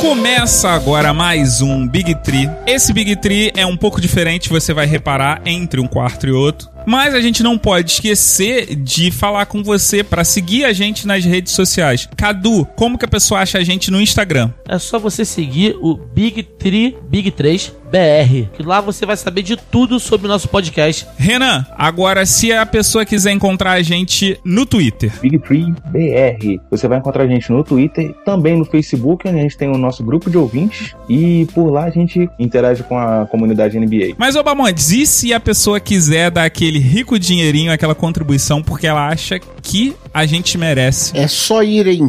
Começa agora mais um Big Tree. Esse Big Tree é um pouco diferente, você vai reparar, entre um quarto e outro. Mas a gente não pode esquecer de falar com você para seguir a gente nas redes sociais. Cadu, como que a pessoa acha a gente no Instagram? É só você seguir o Big 3 BR, que lá você vai saber de tudo sobre o nosso podcast. Renan, agora se a pessoa quiser encontrar a gente no Twitter. Big 3 BR. Você vai encontrar a gente no Twitter, também no Facebook, onde a gente tem o nosso grupo de ouvintes e por lá a gente interage com a comunidade NBA. Mas, ô Bamondes, e se a pessoa quiser dar aquele rico dinheirinho, aquela contribuição, porque ela acha que a gente merece? É só ir em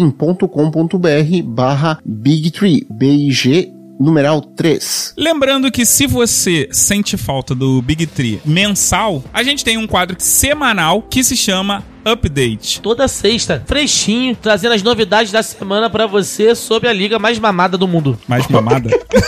padrim.com.br/Big3, BIG numeral 3. Lembrando que se você sente falta do Big Tree mensal, a gente tem um quadro semanal que se chama Update. Toda sexta, fresquinho, trazendo as novidades da semana pra você sobre a liga mais mamada do mundo. Mais mamada?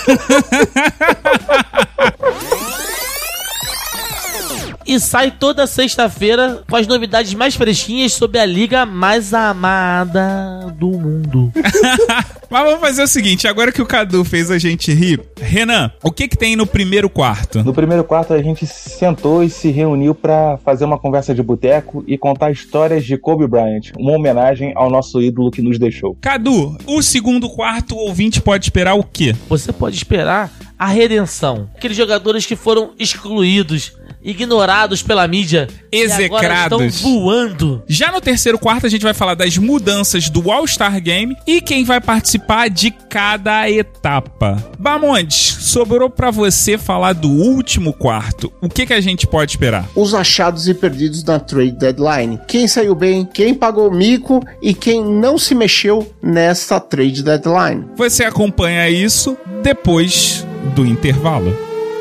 E sai toda sexta-feira com as novidades mais fresquinhas sobre a liga mais amada do mundo. Mas vamos fazer o seguinte, agora que o Cadu fez a gente rir, Renan, o que tem no primeiro quarto? No primeiro quarto a gente sentou e se reuniu pra fazer uma conversa de boteco e contar histórias de Kobe Bryant, uma homenagem ao nosso ídolo que nos deixou. Cadu, o segundo quarto, o ouvinte pode esperar o quê? Você pode esperar a redenção. Aqueles jogadores que foram excluídos, ignorados pela mídia, execrados, e agora estão voando. Já no terceiro quarto a gente vai falar das mudanças do All-Star Game e quem vai participar de cada etapa. Bamondes, sobrou pra você falar do último quarto. O que a gente pode esperar? Os achados e perdidos na trade deadline. Quem saiu bem, quem pagou mico e quem não se mexeu nessa trade deadline. Você acompanha isso depois do intervalo.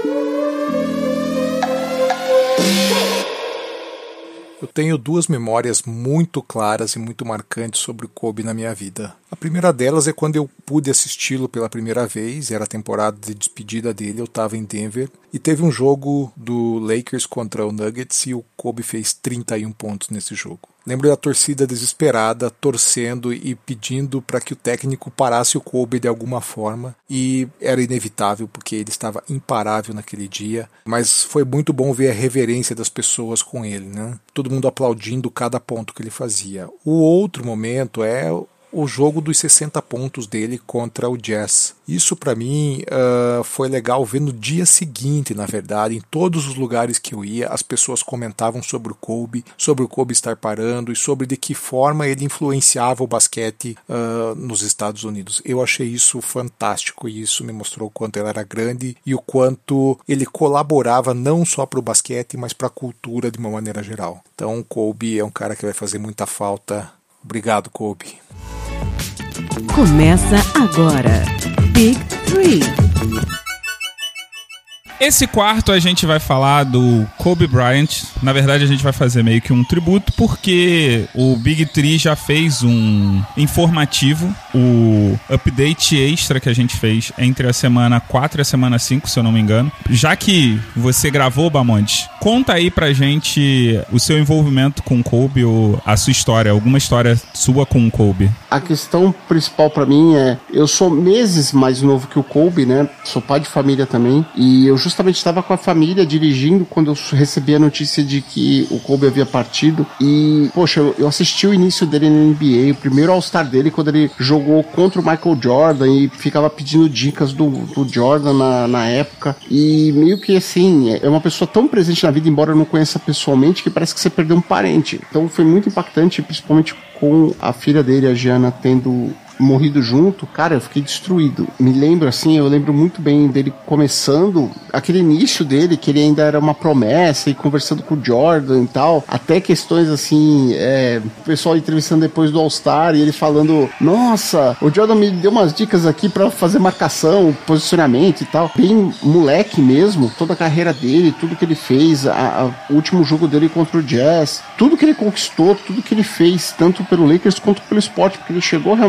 Eu tenho duas memórias muito claras e muito marcantes sobre o Kobe na minha vida. A primeira delas é quando eu pude assisti-lo pela primeira vez, era a temporada de despedida dele, eu estava em Denver, e teve um jogo do Lakers contra o Nuggets e o Kobe fez 31 pontos nesse jogo. Lembro da torcida desesperada, torcendo e pedindo para que o técnico parasse o Kobe de alguma forma, e era inevitável porque ele estava imparável naquele dia, mas foi muito bom ver a reverência das pessoas com ele, né? Todo mundo aplaudindo cada ponto que ele fazia. O outro momento é o jogo dos 60 pontos dele contra o Jazz. Isso para mim foi legal ver no dia seguinte, na verdade, em todos os lugares que eu ia, as pessoas comentavam sobre o Kobe estar parando e sobre de que forma ele influenciava o basquete nos Estados Unidos. Eu achei isso fantástico e isso me mostrou o quanto ele era grande e o quanto ele colaborava não só para o basquete, mas para a cultura de uma maneira geral. Então o Kobe é um cara que vai fazer muita falta. Obrigado, Kobe. Começa agora, Big 3. Esse quarto a gente vai falar do Kobe Bryant. Na verdade a gente vai fazer meio que um tributo, porque o Big 3 já fez um informativo, o update extra que a gente fez entre a semana 4 e a semana 5, se eu não me engano. Já que você gravou, Bamondes, conta aí pra gente o seu envolvimento com o Kobe, ou a sua história, alguma história sua com o Kobe. A questão principal pra mim é, eu sou meses mais novo que o Kobe, né? Sou pai de família também, e eu justamente estava com a família dirigindo quando eu recebi a notícia de que o Kobe havia partido. E, poxa, eu assisti o início dele na NBA, o primeiro All-Star dele, quando ele jogou contra o Michael Jordan e ficava pedindo dicas do Jordan na época. E meio que assim, é uma pessoa tão presente na vida, embora eu não conheça pessoalmente, que parece que você perdeu um parente. Então foi muito impactante, principalmente com a filha dele, a Gianna, tendo morrido junto. Cara, eu fiquei destruído. Me lembro assim, eu lembro muito bem dele começando, aquele início dele, que ele ainda era uma promessa e conversando com o Jordan e tal, até questões assim, o pessoal entrevistando depois do All-Star e ele falando, nossa, o Jordan me deu umas dicas aqui pra fazer marcação, posicionamento e tal, bem moleque mesmo, toda a carreira dele, tudo que ele fez, o último jogo dele contra o Jazz, tudo que ele conquistou, tudo que ele fez, tanto pelo Lakers quanto pelo esporte, porque ele chegou realmente a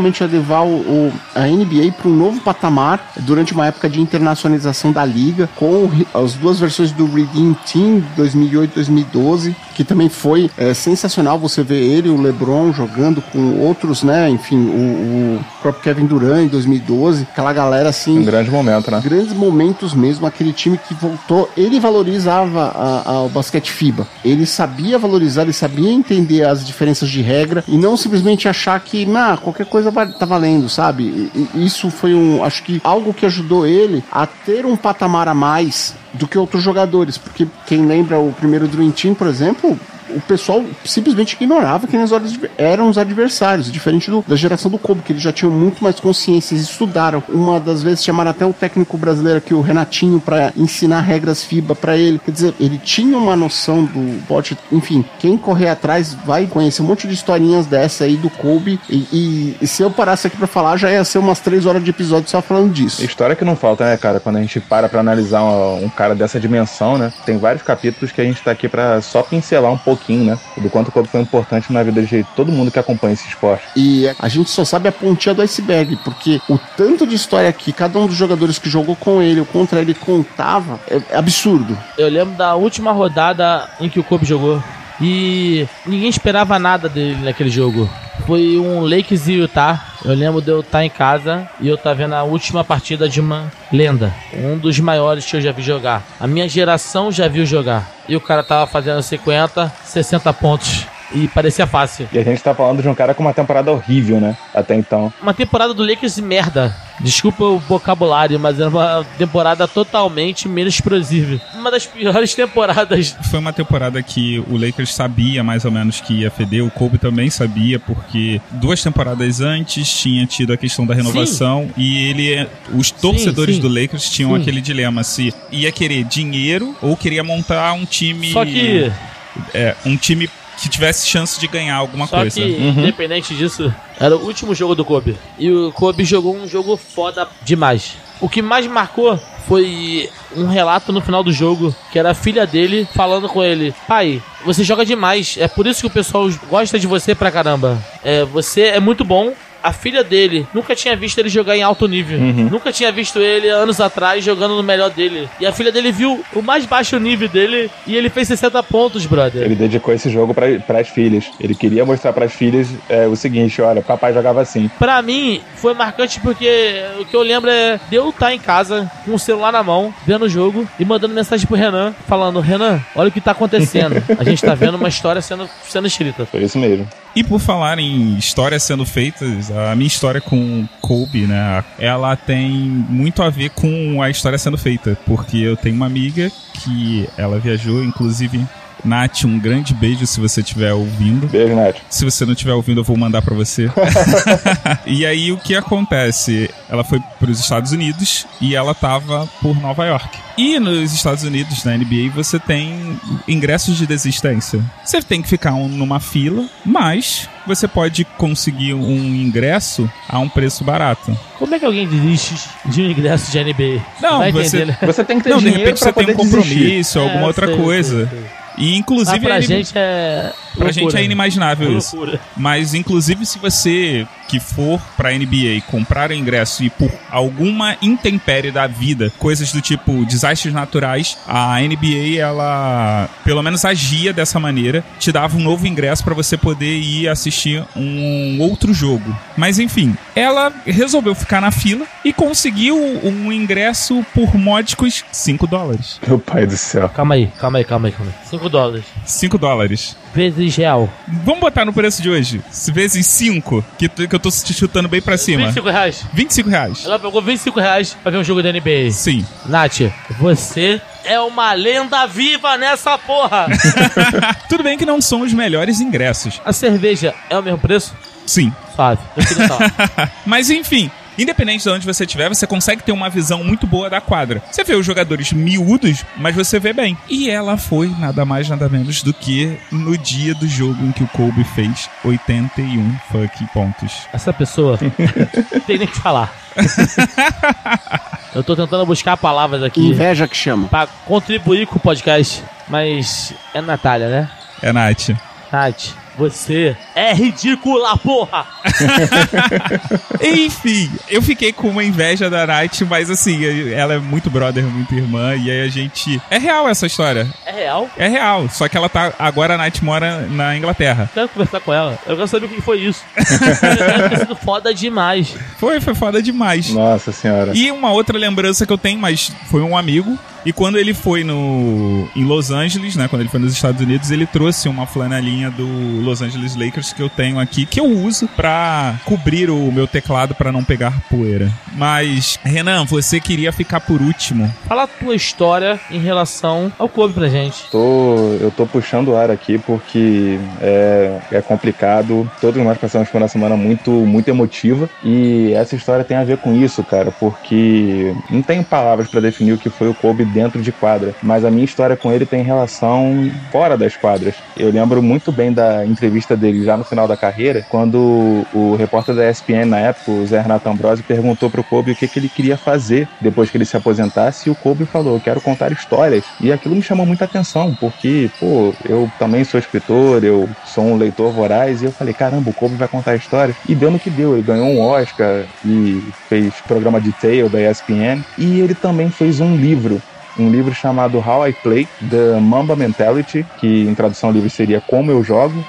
levar a NBA para um novo patamar durante uma época de internacionalização da liga, com as duas versões do Redeem Team 2008-2012, que também foi sensacional você ver ele, o LeBron, jogando com outros, né? Enfim, o próprio Kevin Durant em 2012, aquela galera assim... Um grande momento, né? Grandes momentos mesmo, aquele time que voltou, ele valorizava o basquete FIBA. Ele sabia valorizar, ele sabia entender as diferenças de regra e não simplesmente achar que, qualquer coisa tá valendo, sabe? Isso foi acho que algo que ajudou ele a ter um patamar a mais do que outros jogadores, porque quem lembra o primeiro Dream Team, por exemplo, o pessoal simplesmente ignorava quem eram os adversários, diferente da geração do Kobe, que eles já tinham muito mais consciência, eles estudaram. Uma das vezes chamaram até o técnico brasileiro aqui, o Renatinho, para ensinar regras FIBA para ele. Quer dizer, ele tinha uma noção do bote. Enfim, quem correr atrás vai conhecer um monte de historinhas dessa aí do Kobe, e se eu parasse aqui para falar, já ia ser umas 3 horas de episódio só falando disso. História que não falta, né, cara? Quando a gente para analisar um cara dessa dimensão, né? Tem vários capítulos que a gente tá aqui para só pincelar um pouquinho, né? Do quanto o Kobe foi importante na vida de todo mundo que acompanha esse esporte. E a gente só sabe a pontinha do iceberg, porque o tanto de história que cada um dos jogadores que jogou com ele ou contra ele contava é absurdo. Eu lembro da última rodada em que o Kobe jogou e ninguém esperava nada dele naquele jogo. Foi um Lakers e Utah. Eu lembro de eu estar em casa e eu estar vendo a última partida de uma lenda, um dos maiores que eu já vi jogar. A minha geração já viu jogar. E o cara tava fazendo 50, 60 pontos. E parecia fácil. E a gente tá falando de um cara com uma temporada horrível, né? Até então. Uma temporada do Lakers merda. Desculpa o vocabulário, mas era uma temporada totalmente menos explosiva. Uma das piores temporadas. Foi uma temporada que o Lakers sabia mais ou menos que ia feder. O Kobe também sabia, porque 2 temporadas antes tinha tido a questão da renovação. Sim. E os torcedores do Lakers tinham aquele dilema se ia querer dinheiro ou queria montar um time... Só que... um time que tivesse chance de ganhar alguma coisa. Só que, independente disso, era o último jogo do Kobe. E o Kobe jogou um jogo foda demais. O que mais marcou foi um relato no final do jogo, que era a filha dele falando com ele: pai, você joga demais, é por isso que o pessoal gosta de você pra caramba. Você é muito bom. A filha dele nunca tinha visto ele jogar em alto nível. Nunca tinha visto ele anos atrás jogando no melhor dele. E a filha dele viu o mais baixo nível dele e ele fez 60 pontos, brother. Ele dedicou esse jogo pras filhas. Ele queria mostrar pras filhas o seguinte: olha, papai jogava assim. Pra mim, foi marcante porque o que eu lembro é de eu estar em casa com o celular na mão, vendo o jogo e mandando mensagem pro Renan, falando: Renan, olha o que tá acontecendo. A gente tá vendo uma história sendo escrita. Foi isso mesmo. E por falar em histórias sendo feitas, a minha história com Kobe, né, ela tem muito a ver com a história sendo feita, porque eu tenho uma amiga que ela viajou, inclusive... Nath, um grande beijo se você estiver ouvindo. Beijo, Nath. Se você não estiver ouvindo, eu vou mandar pra você. E aí, o que acontece? Ela foi pros Estados Unidos e ela tava por Nova York. E nos Estados Unidos, na NBA, você tem ingressos de desistência. Você tem que ficar numa fila, mas você pode conseguir um ingresso a um preço barato. Como é que alguém desiste de um ingresso de NBA? Não, vai você, entender, né? Você tem que ter não, de dinheiro repente você tem um compromisso, alguma outra coisa. Sei. E inclusive pra gente é pra gente é inimaginável isso. Loucura. Mas inclusive se você que for pra NBA comprar o ingresso e por alguma intempérie da vida, coisas do tipo desastres naturais, a NBA ela pelo menos agia dessa maneira, te dava um novo ingresso pra você poder ir assistir um outro jogo. Mas enfim, ela resolveu ficar na fila e conseguiu um ingresso por módicos $5. Meu pai do céu. Calma aí. $5. $5. Vezes real. Vamos botar no preço de hoje. Vezes 5, que eu tô te chutando bem pra cima. R$25. R$25. Ela pegou R$25 pra ver um jogo da NBA. Sim. Nath, você é uma lenda viva nessa porra. Tudo bem que não são os melhores ingressos. A cerveja é o mesmo preço? Sim. Suave. Eu queria falar. Mas enfim, independente de onde você estiver, você consegue ter uma visão muito boa da quadra. Você vê os jogadores miúdos, mas você vê bem. E ela foi nada mais, nada menos do que no dia do jogo em que o Kobe fez 81 fucking pontos. Essa pessoa não tem nem o que falar. Eu tô tentando buscar palavras aqui. Inveja que chama. Pra contribuir com o podcast. Mas é Natália, né? É Nath. Nath, Você é ridícula, porra! Enfim, eu fiquei com uma inveja da Night, mas assim, ela é muito brother, muito irmã, e aí a gente... É real essa história. É real? É real, só que ela tá... Agora a Night mora na Inglaterra. Quero conversar com ela. Eu quero saber o que foi isso. Deve ter sido foda demais. Foi foda demais. Nossa senhora. E uma outra lembrança que eu tenho, mas foi um amigo. E quando ele foi em Los Angeles, né? Quando ele foi nos Estados Unidos, ele trouxe uma flanelinha do Los Angeles Lakers que eu tenho aqui, que eu uso pra cobrir o meu teclado pra não pegar poeira. Mas, Renan, você queria ficar por último. Fala a tua história em relação ao Kobe pra gente. Eu tô puxando o ar aqui porque é complicado. Todos nós passamos por uma semana muito, muito emotiva. E essa história tem a ver com isso, cara, porque não tenho palavras pra definir o que foi o Kobe dentro de quadra, mas a minha história com ele tem relação fora das quadras. Eu lembro muito bem da entrevista dele já no final da carreira, quando o repórter da ESPN na época, o Zé Renato Ambrosio, perguntou pro Kobe o que ele queria fazer depois que ele se aposentasse, e o Kobe falou: eu quero contar histórias. E aquilo me chamou muita atenção, porque, eu também sou escritor, eu sou um leitor voraz, e eu falei, caramba, o Kobe vai contar histórias. E deu no que deu, ele ganhou um Oscar e fez programa de Tale da ESPN, e ele também fez um livro chamado How I Play, The Mamba Mentality, que em tradução livre seria Como Eu Jogo,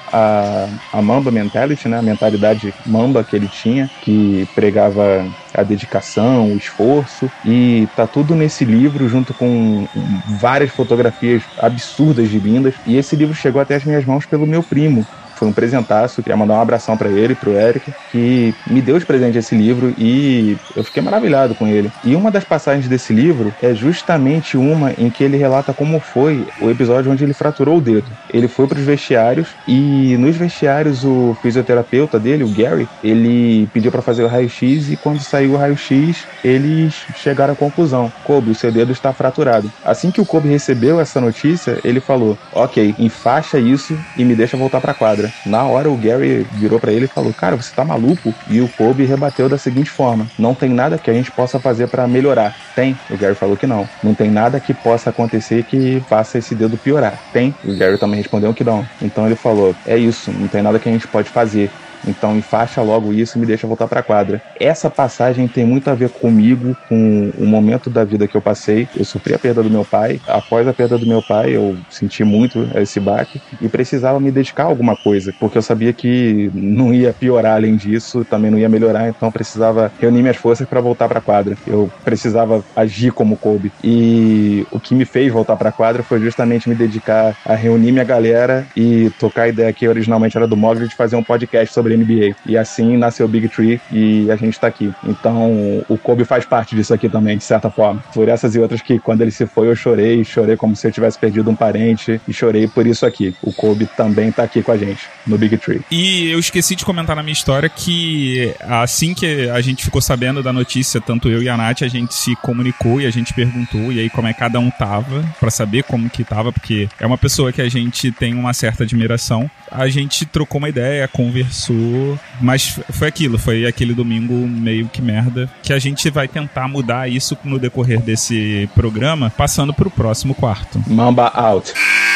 a Mamba Mentality, né, a mentalidade mamba que ele tinha, que pregava a dedicação, o esforço, e tá tudo nesse livro junto com várias fotografias absurdas de lindas, e esse livro chegou até as minhas mãos pelo meu primo. Foi um presentaço, queria mandar um abração pra ele, pro Eric, que me deu de presente esse livro e eu fiquei maravilhado com ele. E uma das passagens desse livro é justamente uma em que ele relata como foi o episódio onde ele fraturou o dedo. Ele foi pros vestiários e nos vestiários o fisioterapeuta dele, o Gary, ele pediu pra fazer o raio-x e quando saiu o raio-x eles chegaram à conclusão: Kobe, o seu dedo está fraturado. Assim que o Kobe recebeu essa notícia, ele falou: ok, enfaixa isso e me deixa voltar pra quadra. Na hora o Gary virou pra ele e falou: cara, você tá maluco? E o Kobe rebateu da seguinte forma: não tem nada que a gente possa fazer pra melhorar. Tem? O Gary falou que não. Não tem nada que possa acontecer que faça esse dedo piorar. Tem? O Gary também respondeu que não. Então ele falou: é isso, não tem nada que a gente pode fazer. Então enfaixa logo isso e me deixa voltar pra quadra. Essa passagem tem muito a ver comigo, com o momento da vida que eu passei. Eu sofri a perda do meu pai. Após a perda do meu pai, eu senti muito esse baque e precisava me dedicar a alguma coisa, porque eu sabia que não ia piorar além disso, também não ia melhorar, então precisava reunir minhas forças para voltar pra quadra. Eu precisava agir como Kobe. E o que me fez voltar pra quadra foi justamente me dedicar a reunir minha galera e tocar a ideia que originalmente era do Mogli de fazer um podcast sobre NBA. E assim nasceu o Big Tree e a gente tá aqui. Então o Kobe faz parte disso aqui também, de certa forma. Por essas e outras que quando ele se foi eu chorei como se eu tivesse perdido um parente e chorei por isso aqui. O Kobe também tá aqui com a gente, no Big Tree. E eu esqueci de comentar na minha história que assim que a gente ficou sabendo da notícia, tanto eu e a Nath, a gente se comunicou e a gente perguntou e aí como é que cada um tava, pra saber como que tava, porque é uma pessoa que a gente tem uma certa admiração. A gente trocou uma ideia, conversou, mas foi aquele domingo meio que merda, que a gente vai tentar mudar isso no decorrer desse programa, passando pro próximo quarto. Mamba out.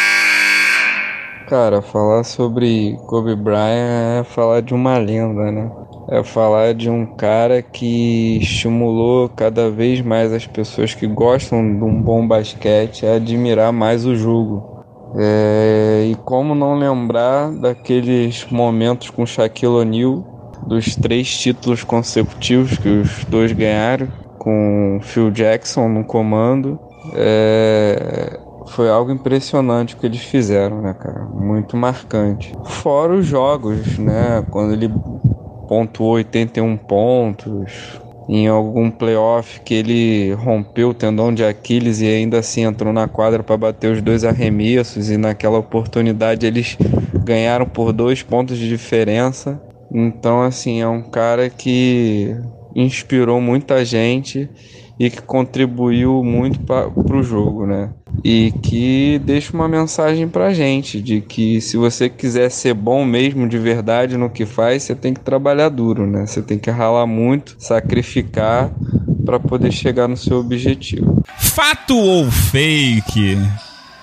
Cara, falar sobre Kobe Bryant é falar de uma lenda, né? É falar de um cara que estimulou cada vez mais as pessoas que gostam de um bom basquete a admirar mais o jogo. E como não lembrar daqueles momentos com Shaquille O'Neal, dos 3 títulos consecutivos que os dois ganharam, com Phil Jackson no comando. Foi algo impressionante o que eles fizeram, né, cara? Muito marcante. Fora os jogos, né? Quando ele pontuou 81 pontos, em algum playoff que ele rompeu o tendão de Aquiles e ainda assim entrou na quadra para bater os 2 arremessos, e naquela oportunidade eles ganharam por 2 pontos de diferença. Então, assim, é um cara que inspirou muita gente e que contribuiu muito pro jogo, né? E que deixa uma mensagem pra gente de que se você quiser ser bom mesmo de verdade no que faz, você tem que trabalhar duro, né? Você tem que ralar muito, sacrificar para poder chegar no seu objetivo. Fato ou fake?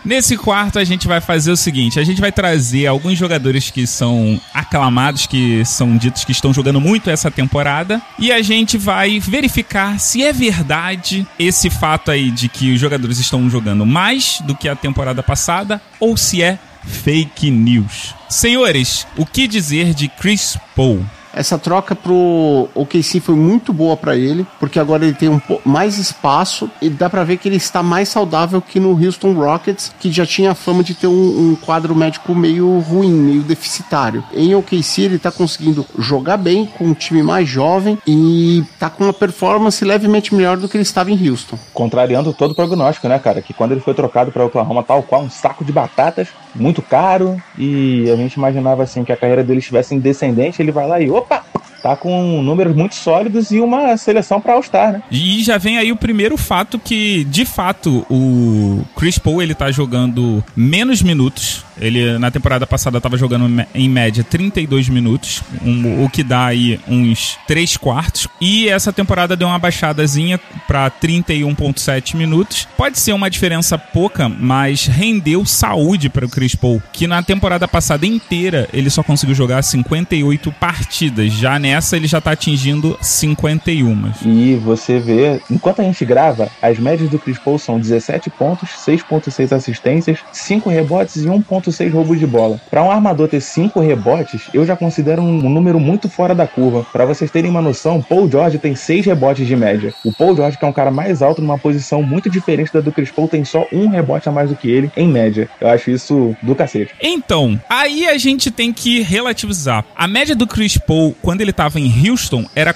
Nesse quarto a gente vai fazer o seguinte, a gente vai trazer alguns jogadores que são aclamados, que são ditos que estão jogando muito essa temporada, e a gente vai verificar se é verdade esse fato aí de que os jogadores estão jogando mais do que a temporada passada, ou se é fake news. Senhores, o que dizer de Chris Paul? Essa troca pro OKC foi muito boa pra ele, porque agora ele tem mais espaço e dá pra ver que ele está mais saudável que no Houston Rockets, que já tinha a fama de ter um quadro médico meio ruim, meio deficitário. Em OKC ele tá conseguindo jogar bem com um time mais jovem e tá com uma performance levemente melhor do que ele estava em Houston. Contrariando todo o prognóstico, né, cara? Que quando ele foi trocado pra Oklahoma, tal qual um saco de batatas, muito caro, e a gente imaginava assim que a carreira dele estivesse em descendente, ele vai lá e opa! Tá com números muito sólidos e uma seleção pra All-Star, né? E já vem aí o primeiro fato que, de fato, o Chris Paul, ele tá jogando menos minutos. Ele, na temporada passada, tava jogando em média 32 minutos, o que dá aí uns 3/4. E essa temporada deu uma baixadazinha pra 31,7 minutos. Pode ser uma diferença pouca, mas rendeu saúde para o Chris Paul, que na temporada passada inteira ele só conseguiu jogar 58 partidas. Já nessa ele já tá atingindo 51. E você vê, enquanto a gente grava, as médias do Chris Paul são 17 pontos, 6,6 assistências, 5 rebotes e 1,6 roubos de bola. Para um armador ter 5 rebotes, eu já considero um número muito fora da curva. Para vocês terem uma noção, Paul George tem 6 rebotes de média. O Paul George, que é um cara mais alto numa posição muito diferente da do Chris Paul, tem só 1 rebote a mais do que ele, em média. Eu acho isso do cacete. Então, aí a gente tem que relativizar. A média do Chris Paul, quando ele tava em Houston, era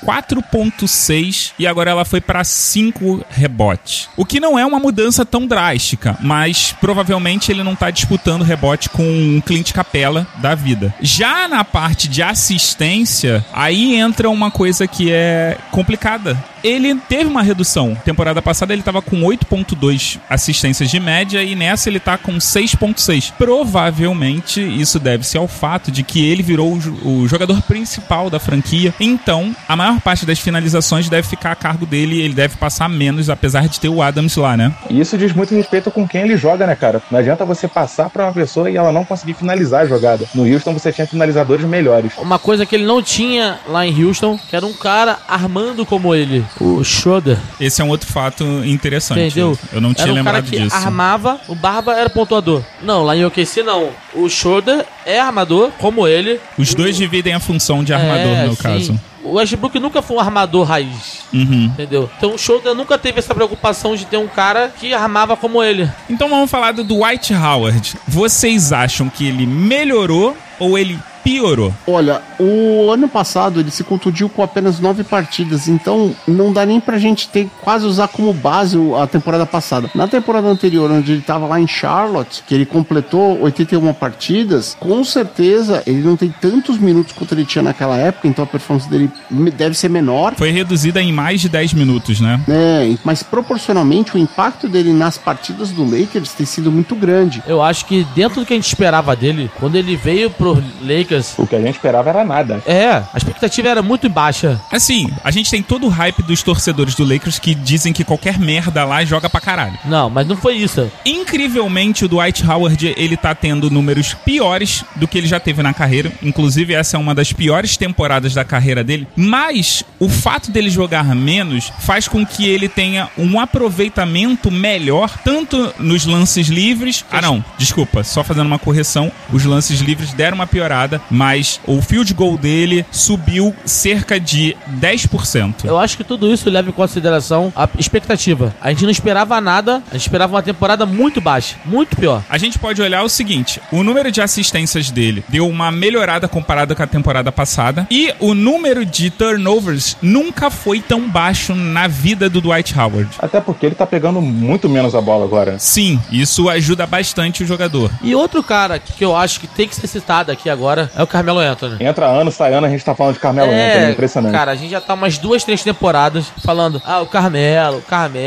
4,6 e agora ela foi para 5 rebotes. O que não é uma mudança tão drástica, mas provavelmente ele não tá disputando rebote com um Clint Capela da vida. Já na parte de assistência, aí entra uma coisa que é complicada. Ele teve uma redução. Temporada passada ele tava com 8,2 assistências de média e nessa ele tá com 6,6. Provavelmente isso deve-se ao fato de que ele virou o jogador principal da franquia. Então, a maior parte das finalizações deve ficar a cargo dele e ele deve passar menos, apesar de ter o Adams lá, né? E isso diz muito respeito com quem ele joga, né, cara? Não adianta você passar pra uma pessoa e ela não conseguir finalizar a jogada. No Houston você tinha finalizadores melhores. Uma coisa que ele não tinha lá em Houston, que era um cara armando como ele. O Schroeder. Esse é um outro fato interessante. Entendeu? Eu não tinha lembrado disso. Era um cara que armava, o Barba era pontuador. Não, lá em OKC não. O Schroeder é armador, como ele. Os dois dividem a função de armador, no caso. O Westbrook nunca foi um armador raiz, entendeu? Então o Schroeder nunca teve essa preocupação de ter um cara que armava como ele. Então vamos falar do Dwight Howard. Vocês acham que ele melhorou ou ele piorou? Olha, o ano passado ele se contundiu com apenas 9 partidas, então não dá nem pra gente ter quase usar como base a temporada passada. Na temporada anterior, onde ele tava lá em Charlotte, que ele completou 81 partidas, com certeza ele não tem tantos minutos quanto ele tinha naquela época, então a performance dele deve ser menor. Foi reduzida em mais de 10 minutos, né? É, mas proporcionalmente o impacto dele nas partidas do Lakers tem sido muito grande. Eu acho que dentro do que a gente esperava dele, quando ele veio pro Lakers, o que a gente esperava era nada. É, a expectativa era muito baixa. Assim, a gente tem todo o hype dos torcedores do Lakers que dizem que qualquer merda lá joga pra caralho. Não, mas não foi isso. Incrivelmente, o Dwight Howard, ele tá tendo números piores do que ele já teve na carreira. Inclusive, essa é uma das piores temporadas da carreira dele. Mas o fato dele jogar menos faz com que ele tenha um aproveitamento melhor, tanto nos lances livres... Ah, não, desculpa, só fazendo uma correção. Os lances livres deram uma piorada, mas o field goal dele subiu cerca de 10%. Eu acho que tudo isso leva em consideração a expectativa. A gente não esperava nada, a gente esperava uma temporada muito baixa, muito pior. A gente pode olhar o seguinte, o número de assistências dele deu uma melhorada comparada com a temporada passada e o número de turnovers nunca foi tão baixo na vida do Dwight Howard. Até porque ele tá pegando muito menos a bola agora. Sim, isso ajuda bastante o jogador. E outro cara que eu acho que tem que ser citado aqui agora é o Carmelo Anthony. Entra ano, sai ano, a gente tá falando de Carmelo Anthony, impressionante. Cara, a gente já tá umas 2, 3 temporadas falando, o Carmelo.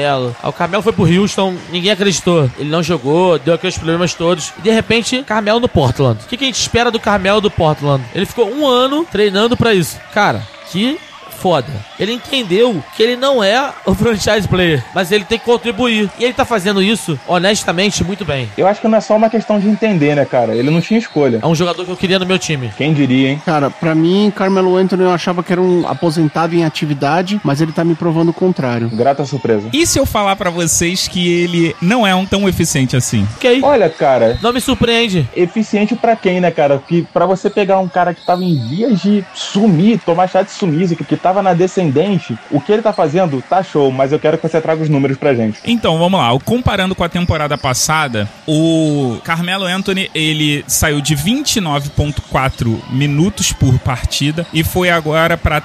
O Carmelo foi pro Houston, ninguém acreditou. Ele não jogou, deu aqueles problemas todos. E de repente, Carmelo no Portland. O que a gente espera do Carmelo do Portland? Ele ficou 1 ano treinando pra isso. Cara, que foda. Ele entendeu que ele não é o franchise player, mas ele tem que contribuir. E ele tá fazendo isso, honestamente, muito bem. Eu acho que não é só uma questão de entender, né, cara? Ele não tinha escolha. É um jogador que eu queria no meu time. Quem diria, hein? Cara, pra mim, Carmelo Anthony eu achava que era um aposentado em atividade, mas ele tá me provando o contrário. Grata surpresa. E se eu falar pra vocês que ele não é tão eficiente assim? Ok. Olha, cara, Não me surpreende. eficiente pra quem, né, cara? Porque pra você pegar um cara que tava em vias de sumir, tomar chá de sumiço, que tava na descendente, o que ele tá fazendo tá show, mas eu quero que você traga os números pra gente. Então, vamos lá. Comparando com a temporada passada, o Carmelo Anthony, ele saiu de 29,4 minutos por partida e foi agora para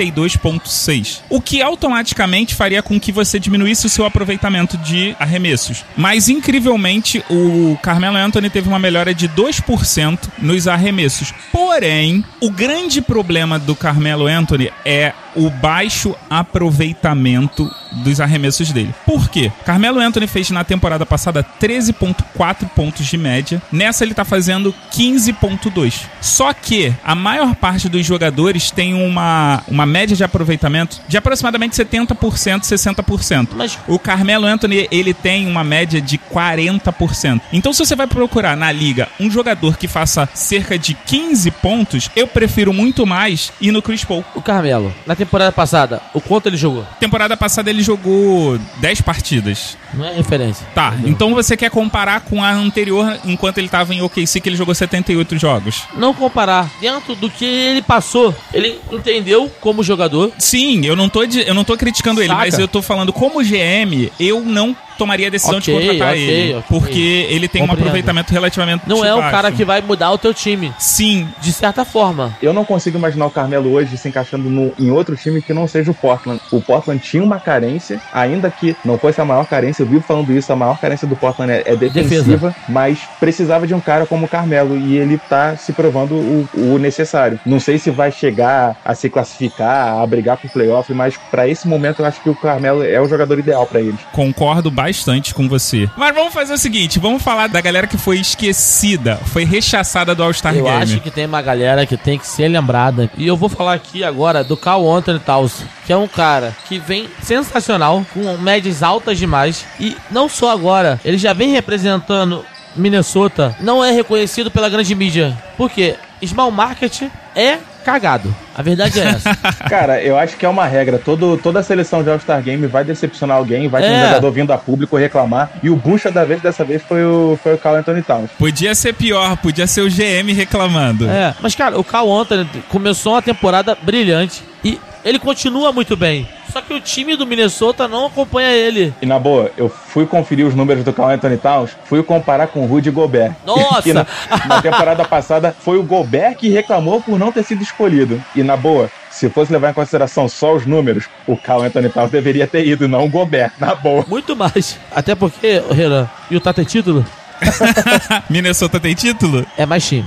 32,6. O que automaticamente faria com que você diminuísse o seu aproveitamento de arremessos. Mas, incrivelmente, o Carmelo Anthony teve uma melhora de 2% nos arremessos. Porém, o grande problema do Carmelo Anthony é o baixo aproveitamento dos arremessos dele. Por quê? Carmelo Anthony fez na temporada passada 13,4 pontos de média. Nessa ele tá fazendo 15,2. Só que a maior parte dos jogadores tem uma média de aproveitamento de aproximadamente 70%, 60%. Mas O Carmelo Anthony, ele tem uma média de 40%. Então, se você vai procurar na liga um jogador que faça cerca de 15 pontos, eu prefiro muito mais ir no Chris Paul. o Carmelo, na temporada passada, o quanto ele jogou? Temporada passada ele jogou 10 partidas. Não é referência. Tá, Entendeu? então você quer comparar com a anterior, enquanto ele tava em OKC, que ele jogou 78 jogos? Não comparar. Dentro do que ele passou, ele entendeu como jogador. Sim, eu não tô criticando ele, Saca? mas eu tô falando como GM, eu não tomaria a decisão de Ok, contratar ok, ele. ok. Porque ele tem um Compreendo. aproveitamento relativamente Não é o baixo. cara que vai mudar o teu time. Sim, De certa forma. Eu não consigo imaginar o Carmelo hoje se encaixando em outro time que não seja o Portland. O Portland tinha uma carência, ainda que não fosse a maior carência, eu vivo falando isso, a maior carência do Portland é defensiva, mas precisava de um cara como o Carmelo, e ele tá se provando o necessário. Não sei se vai chegar a se classificar, a brigar pro playoff, mas pra esse momento eu acho que o Carmelo é o jogador ideal pra eles. concordo bastante com você. Mas vamos fazer o seguinte, vamos falar da galera que foi esquecida, foi rechaçada do All-Star Eu Game. acho que tem uma galera que tem que ser lembrada. E eu vou falar aqui agora do Karl Anthony Towns, que é um cara que vem sensacional, com médias altas demais. E não só agora, ele já vem representando Minnesota, não é reconhecido pela grande mídia. Por quê? Small market é cagado. A verdade é essa. Cara, eu acho que é uma regra. Toda a seleção de All-Star Game vai decepcionar alguém, vai ter um É. jogador vindo a público reclamar. E o bucha dessa vez foi o Karl Anthony Towns. Podia ser pior, podia ser o GM reclamando. É, mas cara, o Karl Anthony começou uma temporada brilhante e ele continua muito bem. Só que o time do Minnesota não acompanha ele. E na boa, eu fui conferir os números do Karl Anthony Towns, fui comparar com o Rudy Gobert. Nossa! E na temporada passada foi o Gobert que reclamou por não ter sido escolhido. E na boa, se fosse levar em consideração só os números, o Karl Anthony Towns deveria ter ido, não o Gobert, na boa. Muito mais. Até porque, Renan, Utah tem título? Minnesota tem título? É mais time.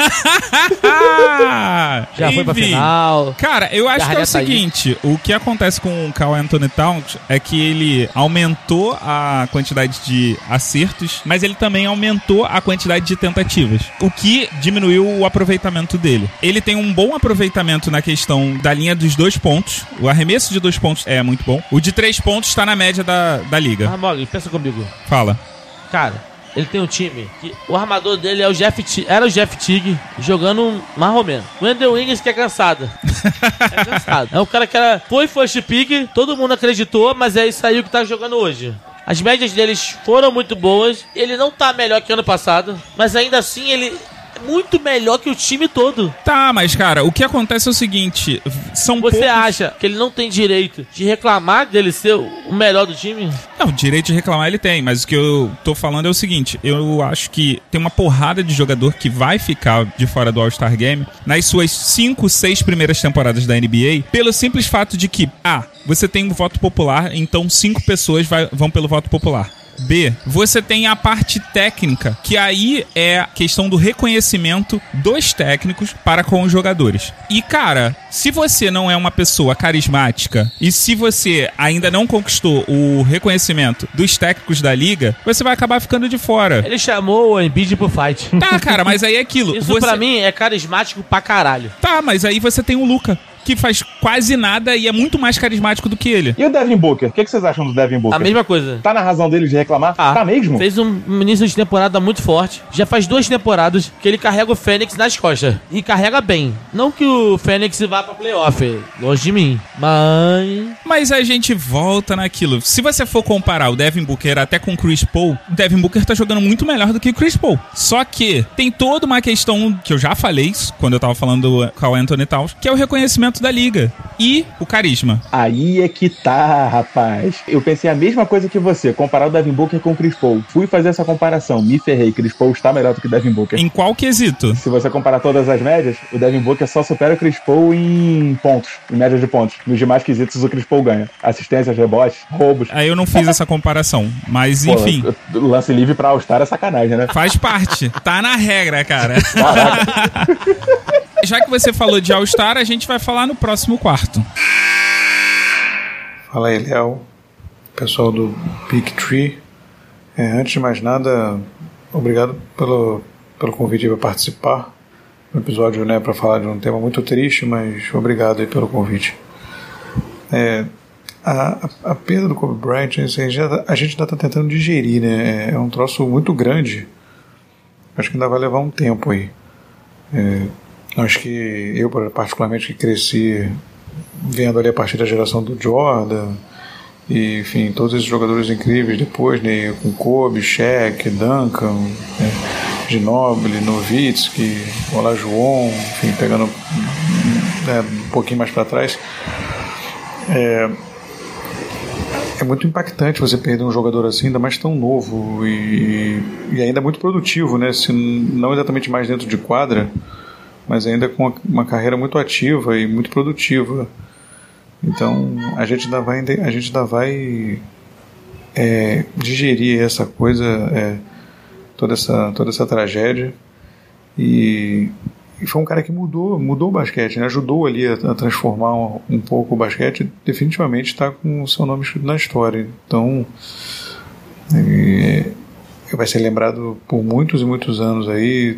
Já foi pra Enfim. final. Cara, eu acho que é o Garreta aí. seguinte, o que acontece com o Karl Anthony Towns é que ele aumentou a quantidade de acertos, mas ele também aumentou a quantidade de tentativas, o que diminuiu o aproveitamento dele. Ele tem um bom aproveitamento na questão da linha dos 2 pontos, o arremesso de 2 pontos é muito bom, o de 3 pontos está na média da liga. Ah, Mogli, pensa comigo. Fala. Cara, ele tem um time que o armador dele é o era o Jeff Teague jogando um marromeno. O Andrew Wiggins que é cansado. É cansado. É um cara que foi first pick, todo mundo acreditou, mas é isso aí o que tá jogando hoje. As médias deles foram muito boas. Ele não tá melhor que ano passado, mas ainda assim ele é muito melhor que o time todo. Tá, mas cara, o que acontece é o seguinte, são Você poucos... acha que ele não tem direito de reclamar dele ser o melhor do time? Não, direito de reclamar ele tem, mas o que eu tô falando é o seguinte, eu acho que tem uma porrada de jogador que vai ficar de fora do All-Star Game nas suas 5, 6 primeiras temporadas da NBA, pelo simples fato de que, você tem um voto popular, então 5 pessoas vão pelo voto popular. B, você tem a parte técnica, que aí é a questão do reconhecimento dos técnicos para com os jogadores. E, cara, se você não é uma pessoa carismática e se você ainda não conquistou o reconhecimento dos técnicos da liga, você vai acabar ficando de fora. Ele chamou o Embiid pro fight. Tá, cara, mas aí é aquilo. Isso pra mim é carismático pra caralho. Tá, mas aí você tem o Luka. que faz quase nada e é muito mais carismático do que ele. E o Devin Booker? O que vocês acham do Devin Booker? A mesma coisa. Tá na razão dele de reclamar? Tá mesmo? Fez um início de temporada muito forte. Já faz 2 temporadas que ele carrega o Fênix nas costas. E carrega bem. Não que o Fênix vá pra playoff, longe de mim. Mas a gente volta naquilo. Se você for comparar o Devin Booker até com o Chris Paul, o Devin Booker tá jogando muito melhor do que o Chris Paul. Só que tem toda uma questão que eu já falei quando eu tava falando do Karl Anthony Towns, que é o reconhecimento da liga e o carisma. Aí é que tá, rapaz. Eu pensei a mesma coisa que você, comparar o Devin Booker com o Chris Paul. Fui fazer essa comparação, me ferrei. Chris Paul está melhor do que o Devin Booker. Em qual quesito? Se você comparar todas as médias, o Devin Booker só supera o Chris Paul em pontos, em média de pontos. Nos demais quesitos, o Chris Paul ganha. Assistências, rebotes, roubos. Aí eu não fiz essa comparação, mas enfim. Lance livre pra All-Star é sacanagem, né? Faz parte. Tá na regra, cara. Já que você falou de All-Star, a gente vai falar no próximo quarto. Fala aí, Léo. Pessoal do Big Tree. Antes de mais nada, obrigado pelo convite para participar no episódio, né, para falar de um tema muito triste, mas obrigado aí pelo convite. A perda do Kobe Bryant, a gente ainda está tentando digerir, né? É um troço muito grande. Acho que ainda vai levar um tempo aí. Acho que eu, particularmente, que cresci vendo ali a partir da geração do Jordan, e, enfim, todos esses jogadores incríveis depois, né, com Kobe, Shaq, Duncan, Ginobili, Nowitzki, Olajuwon, enfim, pegando um pouquinho mais para trás. É muito impactante você perder um jogador assim, ainda mais tão novo e ainda muito produtivo, né? Se não exatamente mais dentro de quadra, mas ainda com uma carreira muito ativa e muito produtiva. Então a gente ainda vai digerir essa coisa, toda essa tragédia, e foi um cara que mudou o basquete, né? Ajudou ali a transformar um pouco o basquete. Definitivamente está com o seu nome escrito na história. Então vai ser lembrado por muitos e muitos anos aí,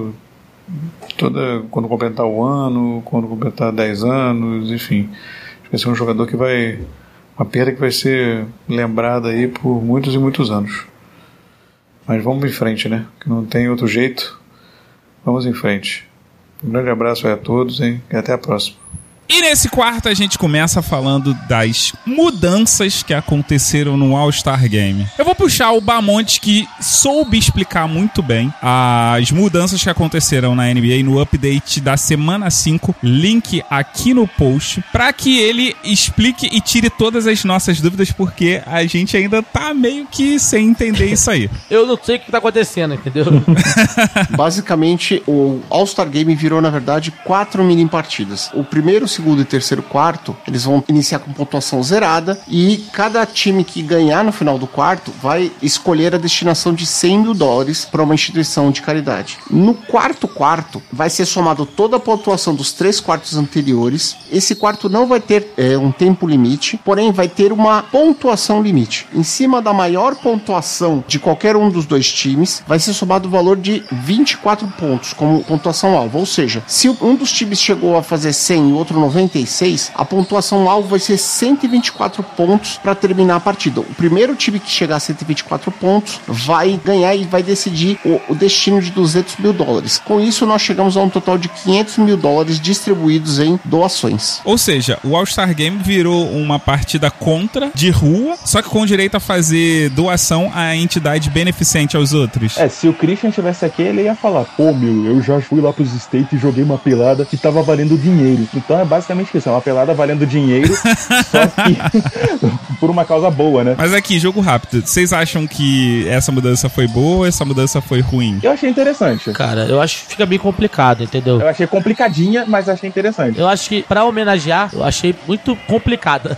quando completar o ano, quando completar 10 anos, enfim. Vai ser um jogador uma perda que vai ser lembrada aí por muitos e muitos anos. Mas vamos em frente, né? Que não tem outro jeito. Vamos em frente. Um grande abraço aí a todos, hein? E até a próxima. E nesse quarto a gente começa falando das mudanças que aconteceram no All-Star Game. Eu vou puxar o Bamonte, que soube explicar muito bem as mudanças que aconteceram na NBA no update da semana 5, link aqui no post, pra que ele explique e tire todas as nossas dúvidas, porque a gente ainda tá meio que sem entender isso aí. Eu não sei o que tá acontecendo, entendeu? Basicamente, o All-Star Game virou, na verdade, 4 mini partidas. O primeiro, segundo e terceiro quarto, eles vão iniciar com pontuação zerada, e cada time que ganhar no final do quarto vai escolher a destinação de $100 mil para uma instituição de caridade. No quarto vai ser somado toda a pontuação dos 3 quartos anteriores. Esse quarto não vai ter um tempo limite, porém vai ter uma pontuação limite. Em cima da maior pontuação de qualquer um dos dois times, vai ser somado o valor de 24 pontos como pontuação alvo. Ou seja, se um dos times chegou a fazer 100 e o outro 96, a pontuação alvo vai ser 124 pontos para terminar a partida. O primeiro time que chegar a 124 pontos vai ganhar e vai decidir o destino de $200 mil. Com isso, nós chegamos a um total de $500 mil distribuídos em doações. Ou seja, o All-Star Game virou uma partida contra, de rua, só que com direito a fazer doação à entidade beneficente aos outros. Se o Christian estivesse aqui, ele ia falar: pô, eu já fui lá pros States e joguei uma pelada que tava valendo dinheiro. Então é basicamente isso, é uma pelada valendo dinheiro, só que por uma causa boa, né? Mas aqui, jogo rápido, vocês acham que essa mudança foi boa ou essa mudança foi ruim? Eu achei interessante. Cara, eu acho que fica bem complicado, entendeu? Eu achei complicadinha, mas achei interessante. Eu acho que pra homenagear, eu achei muito complicada.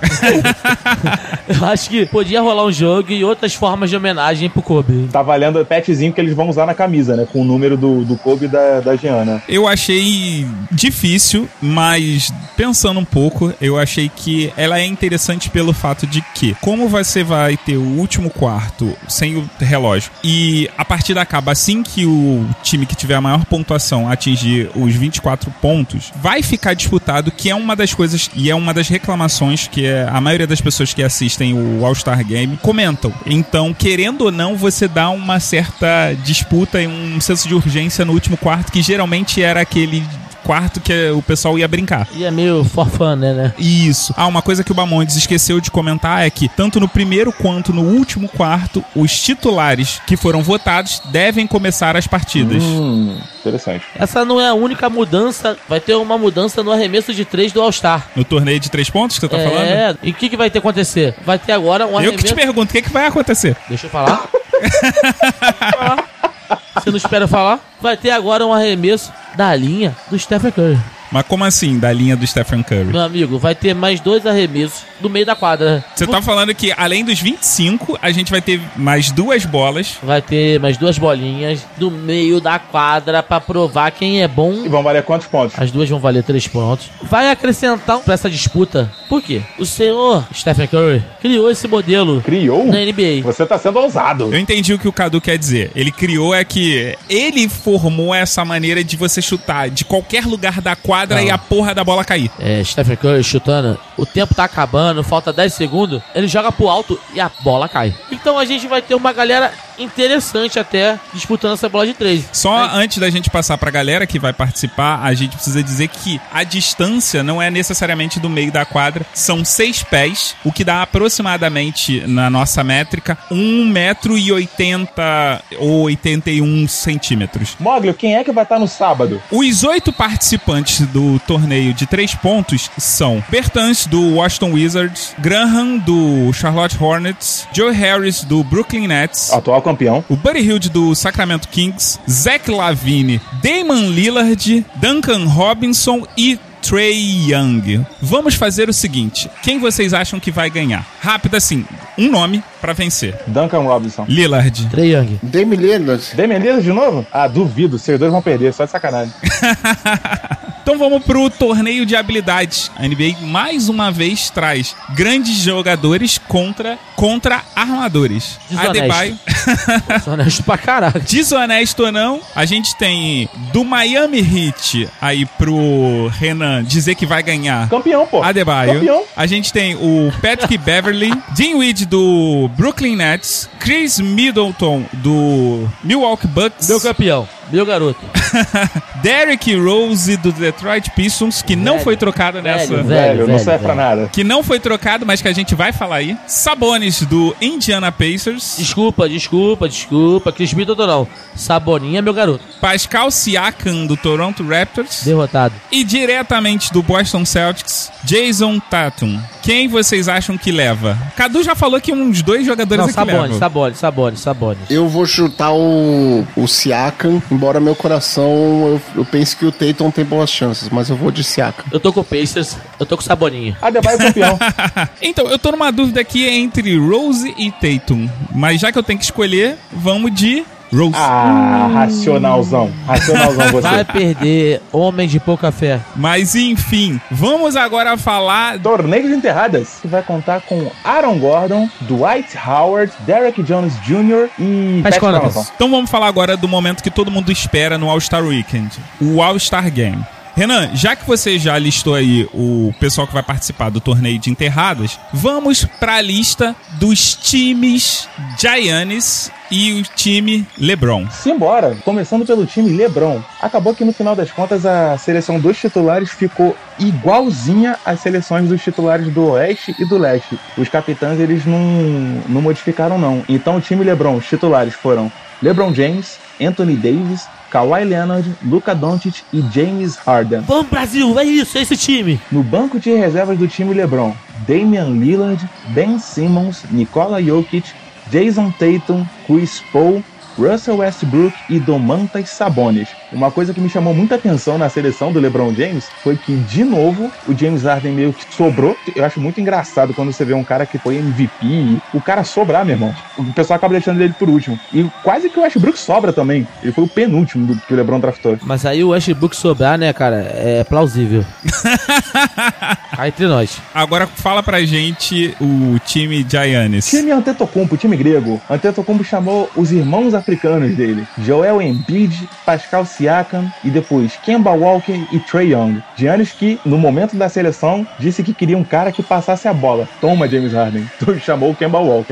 Eu acho que podia rolar um jogo e outras formas de homenagem pro Kobe. Tá valendo o petzinho que eles vão usar na camisa, né? Com o número do Kobe e da Gianna. Eu achei difícil, mas pensando um pouco, eu achei que ela é interessante pelo fato de que, como você vai ter o último quarto sem o relógio, e a partida acaba assim que o time que tiver a maior pontuação atingir os 24 pontos, vai ficar disputado, que é uma das coisas, e é uma das reclamações que a maioria das pessoas que assistem o All-Star Game comentam. Então, querendo ou não, você dá uma certa disputa e um senso de urgência no último quarto, que geralmente era aquele quarto que o pessoal ia brincar. E é meio for fun, né? Isso. Uma coisa que o Bamondes esqueceu de comentar é que, tanto no primeiro quanto no último quarto, os titulares que foram votados devem começar as partidas. Interessante. Essa não é a única mudança. Vai ter uma mudança no arremesso de 3 do All-Star. No torneio de 3 pontos que você tá falando? É. E o que vai ter que acontecer? Vai ter agora um arremesso... Eu que te pergunto, o que vai acontecer? Deixa eu falar. Você não espera falar? Vai ter agora um arremesso da linha do Stephen Curry. Mas como assim, da linha do Stephen Curry? Meu amigo, vai ter mais 2 arremessos do meio da quadra. Você tá falando que, além dos 25, a gente vai ter mais 2 bolas. Vai ter mais 2 bolinhas do meio da quadra pra provar quem é bom. E vão valer quantos pontos? As 2 vão valer 3 pontos. Vai acrescentar pra essa disputa. Por quê? O senhor Stephen Curry criou esse modelo. Criou? Na NBA. Você tá sendo ousado. Eu entendi o que o Cadu quer dizer. Ele criou que ele formou essa maneira de você chutar de qualquer lugar da quadra e a porra da bola cair. Stephen Curry chutando, o tempo tá acabando, falta 10 segundos, ele joga pro alto e a bola cai. Então a gente vai ter uma galera interessante até disputando essa bola de 3. Só antes da gente passar pra galera que vai participar, a gente precisa dizer que a distância não é necessariamente do meio da quadra, são 6 pés, o que dá aproximadamente, na nossa métrica, 1,80 m ou 81 centímetros. Mogli, quem é que vai estar no sábado? Os 8 participantes do torneio de 3 pontos são Bertans, do Washington Wizards, Graham, do Charlotte Hornets, Joe Harris, do Brooklyn Nets, atual campeão, o Buddy Hield, do Sacramento Kings, Zach LaVine, Damian Lillard, Duncan Robinson e Trae Young. Vamos fazer o seguinte: quem vocês acham que vai ganhar? Rápido assim, um nome pra vencer. Duncan Robinson. Lillard. Trae Young. Damian Lillard. Damian Lillard de novo? Duvido, vocês dois vão perder, só de sacanagem. Então vamos pro torneio de habilidades. A NBA mais uma vez traz grandes jogadores contra armadores. Adebayo. Desonesto pra caralho. Desonesto ou não, a gente tem do Miami Heat aí pro Renan dizer que vai ganhar. Campeão, pô. Adebayo. Campeão. A gente tem o Patrick Beverley, Dinwiddie do Brooklyn Nets, Chris Middleton do Milwaukee Bucks. Meu campeão. Meu garoto. Derrick Rose do Detroit Pistons, que não foi trocado nessa. Velho, não serve pra nada. Que não foi trocado, mas que a gente vai falar aí. Sabonis do Indiana Pacers. Desculpa. Chris Middleton não. Saboninha, meu garoto. Pascal Siakam do Toronto Raptors. Derrotado. E diretamente do Boston Celtics, Jason Tatum. Quem vocês acham que leva? Cadu já falou que uns 2 jogadores aqui levam. Sabonis. Eu vou chutar o Siakam, embora meu coração eu pense que o Tatum tem boas chances, mas eu vou de Siakam. Eu tô com o Pacers, eu tô com o Saboninha. Adebayo campeão. Então, eu tô numa dúvida aqui entre Rose e Tatum, mas já que eu tenho que escolher, vamos de Rose. Racionalzão você. Vai perder, homem de pouca fé. Mas enfim, vamos agora falar Torneio de enterradas, que vai contar com Aaron Gordon, Dwight Howard, Derek Jones Jr. e Pat Connaughton. Então vamos falar agora do momento que todo mundo espera no All-Star Weekend, o All-Star Game. Renan, já que você já listou aí o pessoal que vai participar do torneio de enterradas, vamos pra lista dos times Giannis e o time LeBron. Simbora! Começando pelo time LeBron. Acabou que no final das contas a seleção dos titulares ficou igualzinha às seleções dos titulares do Oeste e do Leste. Os capitães eles não modificaram não. Então o time LeBron, os titulares foram LeBron James, Anthony Davis, Kawhi Leonard, Luka Doncic e James Harden. Vamos, Brasil! É isso, é esse time! No banco de reservas do time LeBron, Damian Lillard, Ben Simmons, Nikola Jokic, Jason Tatum, Chris Paul Russell Westbrook e Domantas Sabonis. Uma coisa que me chamou muita atenção na seleção do LeBron James foi que, de novo, o James Harden meio que sobrou. Eu acho muito engraçado quando você vê um cara que foi MVP, o cara sobrar, meu irmão. O pessoal acaba deixando ele por último. E quase que o Westbrook sobra também. Ele foi o penúltimo do que o LeBron draftou. Mas aí o Westbrook sobrar, né, cara, é plausível. Aí entre nós. Agora fala pra gente o time Giannis. Time Antetokounmpo, time grego. Antetokounmpo chamou os irmãos africanos dele, Joel Embiid, Pascal Siakam e depois Kemba Walker e Trae Young. Giannis que, no momento da seleção, disse que queria um cara que passasse a bola. Toma, James Harden. Tu chamou o Kemba Walker.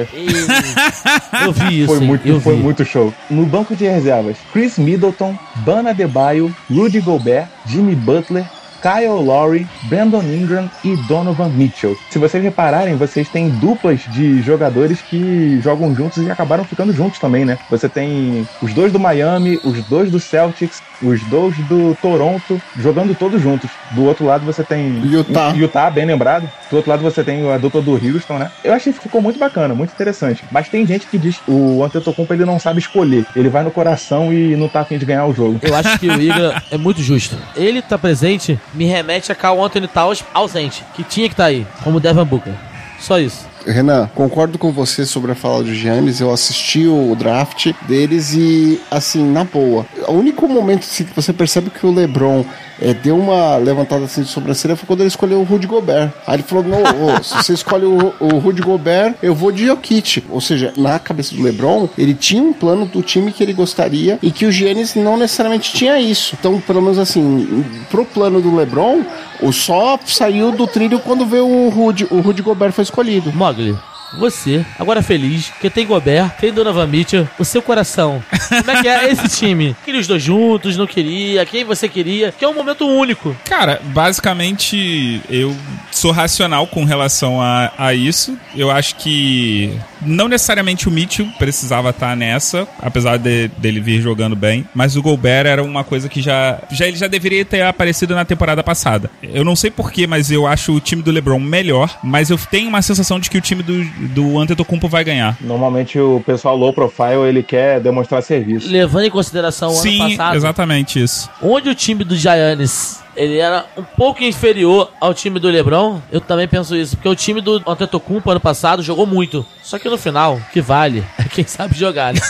Eu vi isso. Foi muito show. No banco de reservas, Chris Middleton, Bam Adebayo, Rudy Gobert, Jimmy Butler, Kyle Lowry, Brandon Ingram e Donovan Mitchell. Se vocês repararem, vocês têm duplas de jogadores que jogam juntos e acabaram ficando juntos também, né? Você tem os dois do Miami, os dois do Celtics, os dois do Toronto, jogando todos juntos. Do outro lado você tem Utah, bem lembrado. Do outro lado você tem a dupla do Houston, né? Eu achei que ficou muito bacana, muito interessante. Mas tem gente que diz que o Antetokounmpo ele não sabe escolher. Ele vai no coração e não tá a fim de ganhar o jogo. Eu acho que o Igor é muito justo. Ele tá presente, me remete a Karl Anthony Towns ausente, que tinha que estar aí, como Devin Booker. Só isso. Renan, concordo com você sobre a fala do Giannis. Eu assisti o draft deles e, assim, na boa, o único momento assim, que você percebe que o LeBron deu uma levantada assim de sobrancelha foi quando ele escolheu o Rudy Gobert. Aí ele falou, não, se você escolhe o Rudy Gobert, eu vou de Jokic. Ou seja, na cabeça do LeBron, ele tinha um plano do time que ele gostaria e que o Giannis não necessariamente tinha isso. Então, pelo menos assim, pro plano do LeBron, o só saiu do trilho quando veio o Rudy Gobert foi escolhido. Mogli, você, agora feliz, que tem Gobert, tem Donovan Mitchell, o seu coração, como é que é esse time? Queria os dois juntos, não queria, quem você queria, que é um momento único. Cara, basicamente, eu sou racional com relação a isso. Eu acho que não necessariamente o Mitchell precisava estar nessa, apesar dele vir jogando bem, mas o Gobert era uma coisa que ele já deveria ter aparecido na temporada passada. Eu não sei porquê, mas eu acho o time do LeBron melhor, mas eu tenho uma sensação de que o time do Antetokounmpo vai ganhar. Normalmente o pessoal low profile, ele quer demonstrar serviço. Levando em consideração o ano passado. Sim, exatamente isso. Onde o time do Giannis ele era um pouco inferior ao time do LeBron, eu também penso isso, porque o time do Antetokounmpo ano passado jogou muito, só que no final, o que vale é quem sabe jogar, né?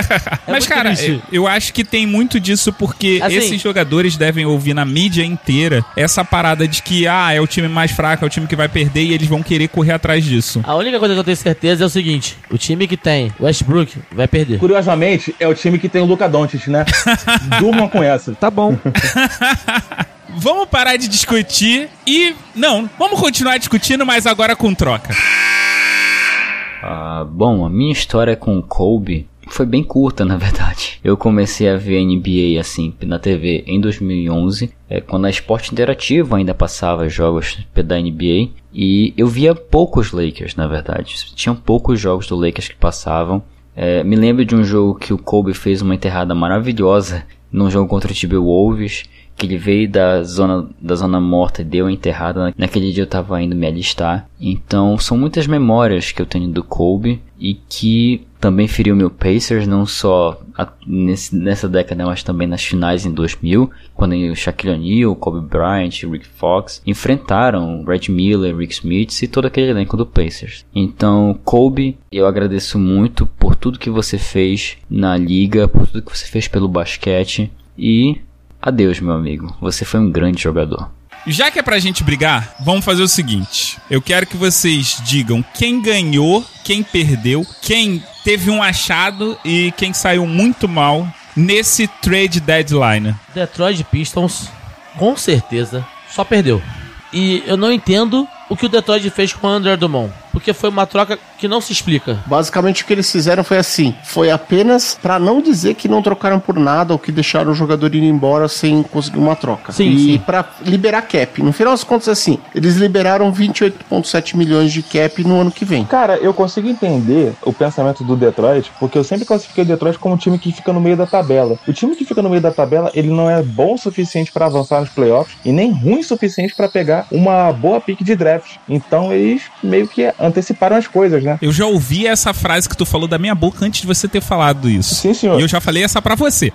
Mas cara, eu acho que tem muito disso porque assim, esses jogadores devem ouvir na mídia inteira essa parada de que é o time mais fraco, é o time que vai perder e eles vão querer correr atrás disso. A única coisa que eu tenho certeza é o seguinte, o time que tem Westbrook vai perder. Curiosamente, é o time que tem o Luka Doncic, né? Durmam com essa. Tá bom. Vamos parar de discutir e... Não, vamos continuar discutindo, mas agora com troca. Bom, a minha história com o Kobe foi bem curta, na verdade. Eu comecei a ver NBA assim na TV em 2011, quando a Esporte Interativo ainda passava jogos da NBA. E eu via poucos Lakers, na verdade. Tinham poucos jogos do Lakers que passavam. Me lembro de um jogo que o Kobe fez uma enterrada maravilhosa num jogo contra o Timberwolves, que ele veio da zona morta e deu a enterrada. Naquele dia eu tava indo me alistar. Então são muitas memórias que eu tenho do Kobe e que também feriu meu Pacers, não só nessa década, mas também nas finais em 2000, quando o Shaquille O'Neal, Kobe Bryant e Rick Fox enfrentaram Red Miller, Rick Smith e todo aquele elenco do Pacers. Então, Kobe, eu agradeço muito por tudo que você fez na liga, por tudo que você fez pelo basquete e adeus, meu amigo. Você foi um grande jogador. Já que é pra gente brigar, vamos fazer o seguinte. Eu quero que vocês digam quem ganhou, quem perdeu, quem teve um achado e quem saiu muito mal nesse trade deadline. Detroit Pistons, com certeza, só perdeu. E eu não entendo o que o Detroit fez com o André Drummond, porque foi uma troca que não se explica. Basicamente o que eles fizeram foi assim, foi apenas pra não dizer que não trocaram por nada ou que deixaram o jogador ir embora sem conseguir uma troca. Sim, e sim. Pra liberar cap. No final das contas, assim, eles liberaram 28,7 milhões de cap no ano que vem. Cara, eu consigo entender o pensamento do Detroit, porque eu sempre classifiquei o Detroit como um time que fica no meio da tabela. O time que fica no meio da tabela, ele não é bom o suficiente pra avançar nos playoffs e nem ruim o suficiente pra pegar uma boa pick de draft. Então eles meio que anteciparam as coisas, né? Eu já ouvi essa frase que tu falou da minha boca antes de você ter falado isso. Sim, senhor. E eu já falei essa pra você.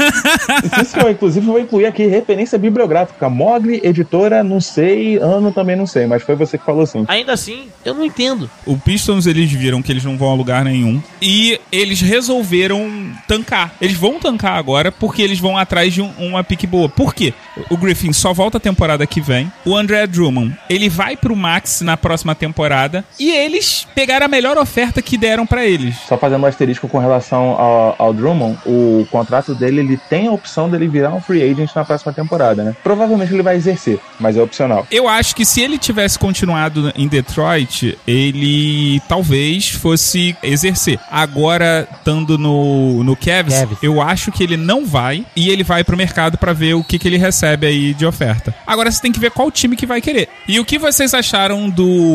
Sim, senhor. Inclusive, eu vou incluir aqui referência bibliográfica. Mogli, editora, não sei, ano também não sei, mas foi você que falou sim. Ainda assim, eu não entendo. O Pistons, eles viram que eles não vão a lugar nenhum e eles resolveram tancar. Eles vão tancar agora porque eles vão atrás de uma pique boa. Por quê? O Griffin só volta a temporada que vem. O Andre Drummond, ele vai pro Max na próxima temporada e eles pegaram a melhor oferta que deram pra eles. Só fazendo um asterisco com relação ao Drummond, o contrato dele, ele tem a opção dele virar um free agent na próxima temporada, né? Provavelmente ele vai exercer, mas é opcional. Eu acho que se ele tivesse continuado em Detroit, ele talvez fosse exercer. Agora, estando no Cavs, eu acho que ele não vai e ele vai pro mercado pra ver o que ele recebe aí de oferta. Agora você tem que ver qual time que vai querer. E o que vocês acharam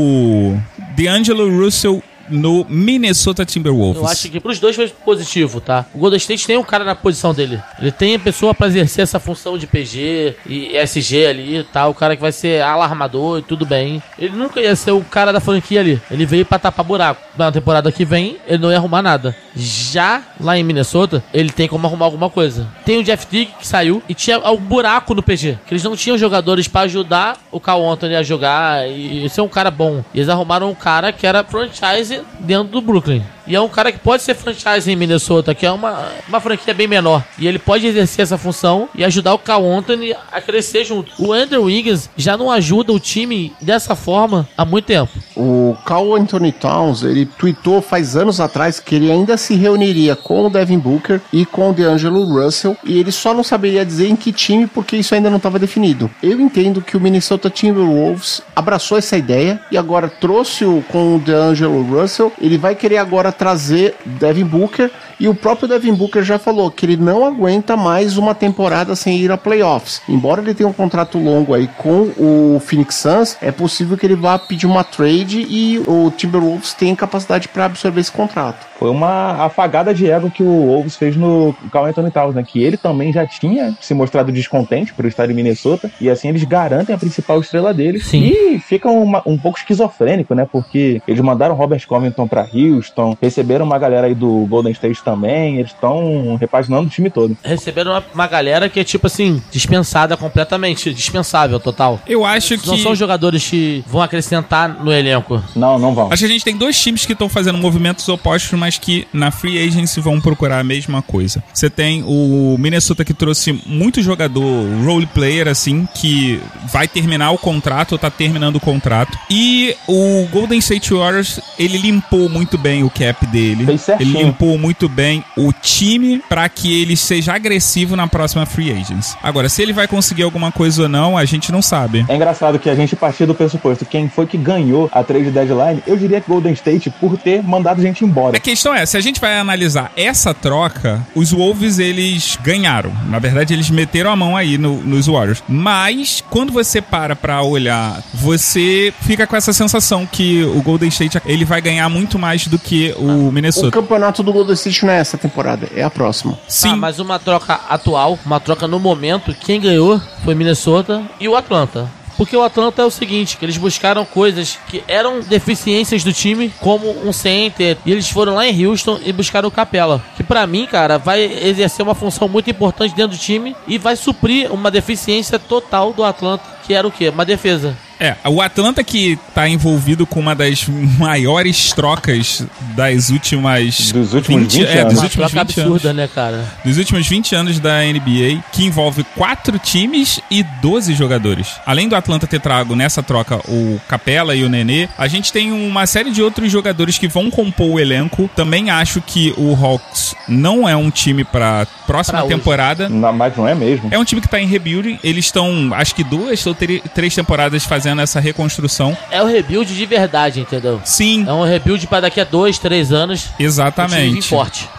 do D'Angelo Russell no Minnesota Timberwolves? Eu acho que pros dois foi positivo, tá? O Golden State tem um cara na posição dele. Ele tem a pessoa pra exercer essa função de PG e SG ali, tá? O cara que vai ser alarmador e tudo bem. Ele nunca ia ser o cara da franquia ali. Ele veio pra tapar buraco. Na temporada que vem, ele não ia arrumar nada. Já lá em Minnesota, ele tem como arrumar alguma coisa. Tem o Jeff Teague que saiu e tinha um buraco no PG. Que eles não tinham jogadores pra ajudar o Kyle Anthony a jogar e ser um cara bom. E eles arrumaram um cara que era franchise dentro do Brooklyn. E é um cara que pode ser franchise em Minnesota, que é uma franquia bem menor. E ele pode exercer essa função e ajudar o Kyle Anthony a crescer junto. O Andrew Wiggins já não ajuda o time dessa forma há muito tempo. O Karl Anthony Towns, ele tweetou faz anos atrás que ele ainda se reuniria com o Devin Booker e com o D'Angelo Russell, e ele só não saberia dizer em que time porque isso ainda não estava definido. Eu entendo que o Minnesota Timberwolves abraçou essa ideia e agora trouxe-o com o D'Angelo Russell. Ele vai querer agora trazer Devin Booker, e o próprio Devin Booker já falou que ele não aguenta mais uma temporada sem ir a playoffs. Embora ele tenha um contrato longo aí com o Phoenix Suns, é possível que ele vá pedir uma trade e o Timberwolves tem capacidade para absorver esse contrato. Foi uma afagada de ego que o Wolves fez no Karl Anthony Towns, né? Que ele também já tinha se mostrado descontente por estar em Minnesota, e assim eles garantem a principal estrela deles. Sim. E fica um pouco esquizofrênico, né? Porque eles mandaram Robert Covington pra Houston, receberam uma galera aí do Golden State também, eles estão repaginando o time todo. Receberam uma galera que é tipo assim, dispensada completamente, dispensável, total. Eu acho que não são jogadores que vão acrescentar no elenco. Não vão. Acho que a gente tem dois times que estão fazendo movimentos opostos, mas que na Free Agency vão procurar a mesma coisa. Você tem o Minnesota que trouxe muito jogador role player, assim, que vai terminar o contrato ou tá terminando o contrato. E o Golden State Warriors, ele limpou muito bem o cap dele. Ele limpou muito bem o time pra que ele seja agressivo na próxima Free Agency. Agora, se ele vai conseguir alguma coisa ou não, a gente não sabe. É engraçado que a gente partiu do pressuposto, quem foi que ganhou a trade deadline, eu diria que Golden State, por ter mandado gente embora. A questão é, se a gente vai analisar essa troca, os Wolves, eles ganharam. Na verdade, eles meteram a mão aí nos Warriors. Mas, quando você pra olhar, você fica com essa sensação que o Golden State, ele vai ganhar muito mais do que o Minnesota. O campeonato do Golden State não é essa temporada, é a próxima. Sim. Mas uma troca atual, uma troca no momento, quem ganhou foi Minnesota e o Atlanta. Porque o Atlanta é o seguinte, que eles buscaram coisas que eram deficiências do time, como um center, e eles foram lá em Houston e buscaram o Capela, que pra mim, cara, vai exercer uma função muito importante dentro do time e vai suprir uma deficiência total do Atlanta, que era o quê? Uma defesa. O Atlanta que tá envolvido com uma das maiores trocas dos últimos 20 anos. Uma troca absurda, né, cara? Dos últimos 20 anos da NBA, que envolve 4 times e 12 jogadores. Além do Atlanta ter trago nessa troca o Capela e o Nenê, a gente tem uma série de outros jogadores que vão compor o elenco. Também acho que o Hawks não é um time pra próxima temporada. Mas não é mesmo. É um time que tá em rebuilding. Eles estão, acho que 2 ou 3 temporadas fazendo essa reconstrução. É o rebuild de verdade, entendeu? Sim. É um rebuild para daqui a 2, 3 anos. Exatamente. Um time forte.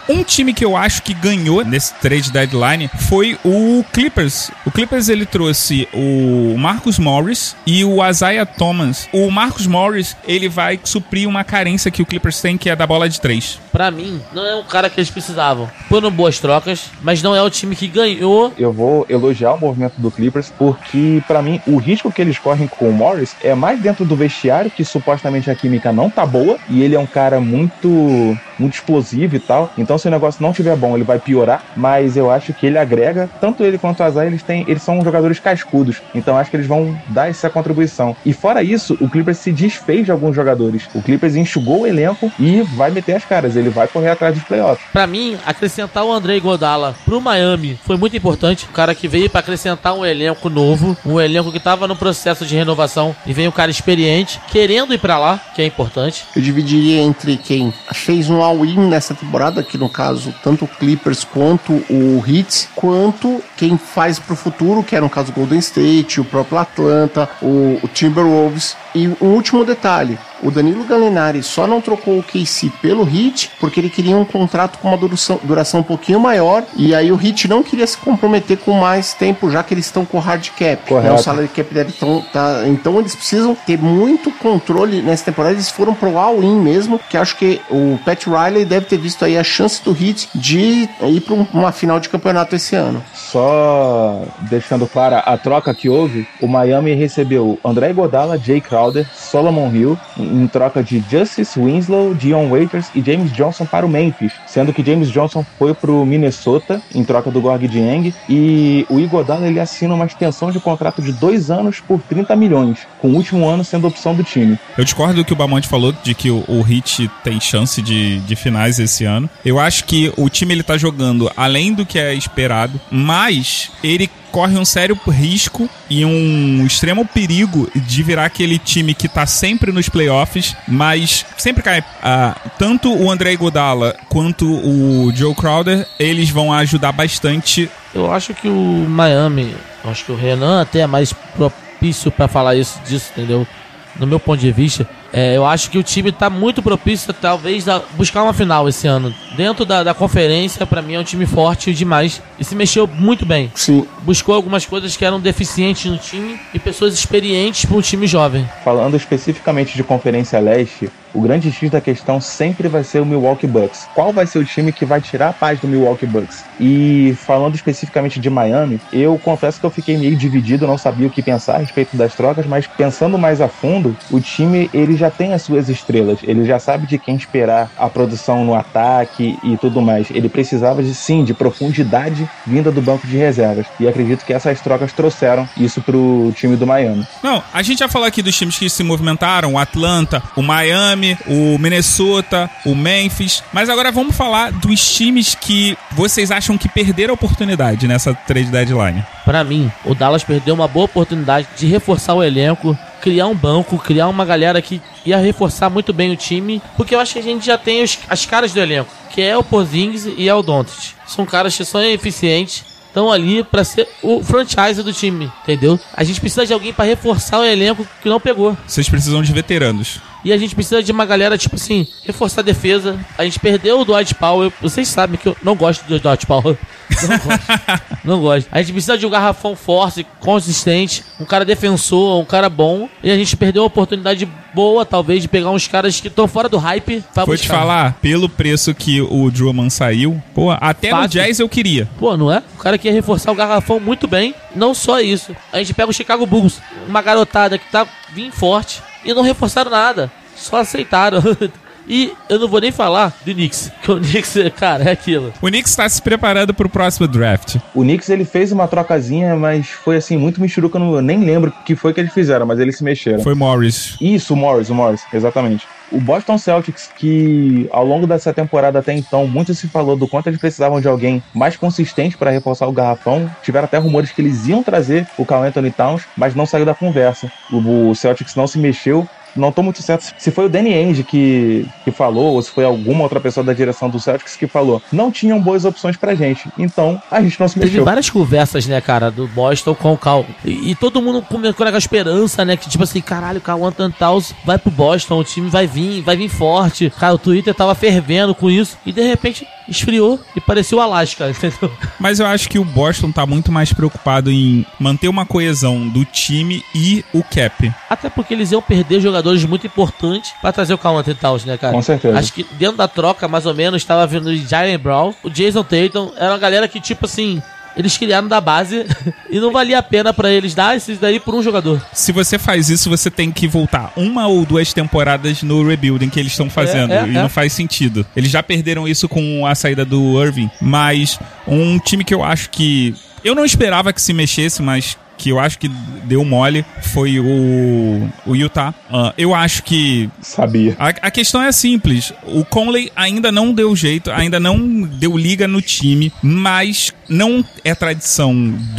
Um time que eu acho que ganhou nesse trade deadline foi o Clippers. O Clippers, ele trouxe o Marcus Morris e o Isaiah Thomas. O Marcus Morris, ele vai suprir uma carência que o Clippers tem, que é da bola de 3. Pra mim, não é um cara que eles precisavam. Foram boas trocas, mas não é o time que ganhou. Eu vou elogiar o movimento do Clippers, porque pra mim o risco que eles correm com o Morris é mais dentro do vestiário, que supostamente a química não tá boa, e ele é um cara muito explosivo e tal. Então se o negócio não estiver bom, ele vai piorar, mas eu acho que ele agrega, tanto ele quanto o Isaiah, eles são jogadores cascudos, então acho que eles vão dar essa contribuição. E fora isso, o Clippers se desfez de alguns jogadores. O Clippers enxugou o elenco e vai meter as caras, ele vai correr atrás dos playoffs. Pra mim, acrescentar o André Iguodala pro Miami foi muito importante. O cara que veio pra acrescentar um elenco novo, um elenco que tava no processo de renovação, e veio um cara experiente, querendo ir pra lá, que é importante. Eu dividiria entre quem fez um all-in nessa temporada, que no caso, tanto o Clippers quanto o Heat, quanto quem faz pro futuro, que era no caso o Golden State, o próprio Atlanta, o Timberwolves. E um último detalhe, o Danilo Gallinari só não trocou o KC pelo Heat porque ele queria um contrato com uma duração um pouquinho maior, e aí o Heat não queria se comprometer com mais tempo, já que eles estão com hard cap, né? O salary cap deve estar, então eles precisam ter muito controle nessa temporada. Eles foram pro all-in mesmo, que acho que o Pat Riley deve ter visto aí a chance do Heat de ir para uma final de campeonato esse ano. Só deixando clara a troca que houve, o Miami recebeu André Iguodala, Jay Crowder, Solomon Hill, em troca de Justice Winslow, Dion Waiters e James Johnson para o Memphis, sendo que James Johnson foi pro Minnesota em troca do Gorgui Dieng, e o Iguodala, ele assina uma extensão de contrato de 2 anos por 30 milhões, com o último ano sendo opção do time. Eu discordo do que o Bamonte falou, de que o Heat tem chance de finais esse ano. Eu acho que o time, ele tá jogando além do que é esperado, mas ele corre um sério risco e um extremo perigo de virar aquele time que tá sempre nos playoffs, mas sempre cai. Tanto o André Iguodala quanto o Joe Crowder, eles vão ajudar bastante. Eu acho que o Miami, acho que o Renan até é mais propício pra falar disso, entendeu? No meu ponto de vista, eu acho que o time tá muito propício, talvez, a buscar uma final esse ano. Dentro da conferência, pra mim, é um time forte demais. E se mexeu muito bem. Sim. Buscou algumas coisas que eram deficientes no time e pessoas experientes para um time jovem. Falando especificamente de Conferência Leste, o grande X da questão sempre vai ser o Milwaukee Bucks. Qual vai ser o time que vai tirar a paz do Milwaukee Bucks? E falando especificamente de Miami, eu confesso que eu fiquei meio dividido, não sabia o que pensar a respeito das trocas, mas pensando mais a fundo, o time, ele já tem as suas estrelas, ele já sabe de quem esperar a produção no ataque e tudo mais. Ele precisava de profundidade vinda do banco de reservas, e acredito que essas trocas trouxeram isso pro time do Miami. Não, a gente já falou aqui dos times que se movimentaram, o Atlanta, o Miami, o Minnesota, o Memphis, mas agora vamos falar dos times que vocês acham que perderam a oportunidade nessa trade deadline. Pra mim, o Dallas perdeu uma boa oportunidade de reforçar o elenco, criar um banco, criar uma galera que ia reforçar muito bem o time, porque eu acho que a gente já tem as caras do elenco, que é o Porzingis e é o Doncic. São caras que são eficientes, estão ali pra ser o franchise do time, entendeu? A gente precisa de alguém pra reforçar o elenco que não pegou. Vocês precisam de veteranos. E a gente precisa de uma galera, tipo assim, reforçar a defesa. A gente perdeu o Dwight Powell. Vocês sabem que eu não gosto do Dwight Powell. Não gosto. A gente precisa de um garrafão forte, consistente, um cara defensor, um cara bom. E a gente perdeu uma oportunidade boa, talvez, de pegar uns caras que estão fora do hype pra Vou buscar. te falar, pelo preço que o Drummond saiu, pô, até Fácil. no Jazz eu queria. Pô, não é? O cara quer reforçar o garrafão muito bem. Não só isso. A gente pega o Chicago Bulls, uma garotada que tá vindo forte, e não reforçaram nada. Só aceitaram. E eu não vou nem falar do Knicks, que o Knicks, cara, é aquilo. O Knicks tá se preparando pro próximo draft. O Knicks, ele fez uma trocazinha, mas foi assim, muito michuruca, eu nem lembro o que foi que eles fizeram, mas eles se mexeram. Foi Morris. Isso, o Morris, exatamente. O Boston Celtics, que ao longo dessa temporada até então, muito se falou do quanto eles precisavam de alguém mais consistente para reforçar o garrafão. Tiveram até rumores que eles iam trazer o Karl Anthony Towns, mas não saiu da conversa. O Celtics não se mexeu. Não tô muito certo se foi o Danny Ainge que falou, ou se foi alguma outra pessoa da direção do Celtics que falou. Não tinham boas opções pra gente, então a gente não se mexeu. Teve várias conversas, né, cara, do Boston com o Cal. E todo mundo com aquela esperança, né, que tipo assim, caralho, o Karl Anthony Towns vai pro Boston, o time vai vir forte. Cara, o Twitter tava fervendo com isso. E de repente, esfriou e parecia o Alasca, entendeu? Mas eu acho que o Boston tá muito mais preocupado em manter uma coesão do time e o cap. Até porque eles iam perder jogadores muito importantes pra trazer o Karl Anthony Towns, né, cara? Com certeza. Acho que dentro da troca, mais ou menos, estava vindo o Jaylen Brown, o Jason Tatum. Era uma galera que, tipo assim, eles criaram da base e não valia a pena pra eles dar esses daí por um jogador. Se você faz isso, você tem que voltar 1 ou 2 temporadas no rebuilding que eles estão fazendo. E não faz sentido. Eles já perderam isso com a saída do Irving. Mas um time que eu acho que... Eu não esperava que se mexesse, mas que eu acho que deu mole foi o Utah. Eu acho que... Sabia. A questão é simples. O Conley ainda não deu jeito, ainda não deu liga no time, mas não é tradição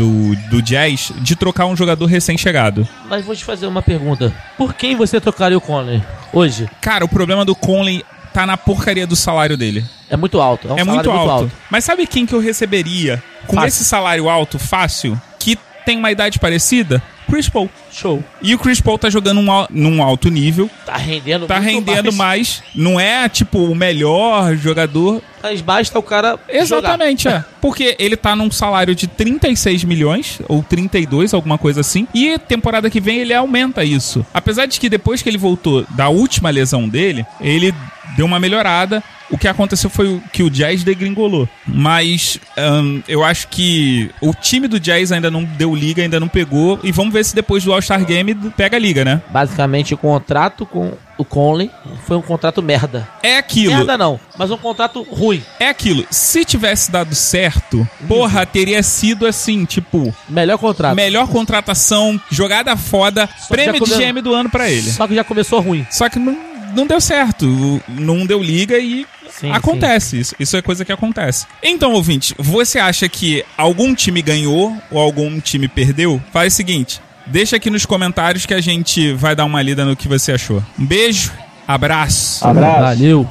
do Jazz de trocar um jogador recém-chegado. Mas vou te fazer uma pergunta. Por quem você trocaria o Conley hoje? Cara, o problema do Conley tá na porcaria do salário dele. É muito alto. É um salário muito alto. Mas sabe quem que eu receberia com Fácil. esse salário alto, fácil, que tem uma idade parecida? Chris Paul. Show. E o Chris Paul tá jogando num alto nível. Tá rendendo Tá muito rendendo mais. Não é, tipo, o melhor jogador. Mas basta o cara Exatamente, jogar. é. Porque ele tá num salário de 36 milhões, ou 32, alguma coisa assim. E temporada que vem ele aumenta isso. Apesar de que depois que ele voltou da última lesão dele, ele deu uma melhorada. O que aconteceu foi que o Jazz degringolou. Mas eu acho que o time do Jazz ainda não deu liga, ainda não pegou. E vamos ver se depois do All-Star Game pega a liga, né? Basicamente, o contrato com o Conley foi um contrato merda. É aquilo. Merda não, mas um contrato ruim. É aquilo. Se tivesse dado certo, porra, teria sido assim, tipo... Melhor contrato. Melhor contratação, jogada foda, prêmio de GM do ano pra ele. Só que já começou ruim. Só que não deu certo. Não deu liga e... Sim, acontece, isso é coisa que acontece. Então, ouvinte, você acha que algum time ganhou ou algum time perdeu? Faz o seguinte, deixa aqui nos comentários que a gente vai dar uma lida no que você achou. Um beijo, abraço. Valeu.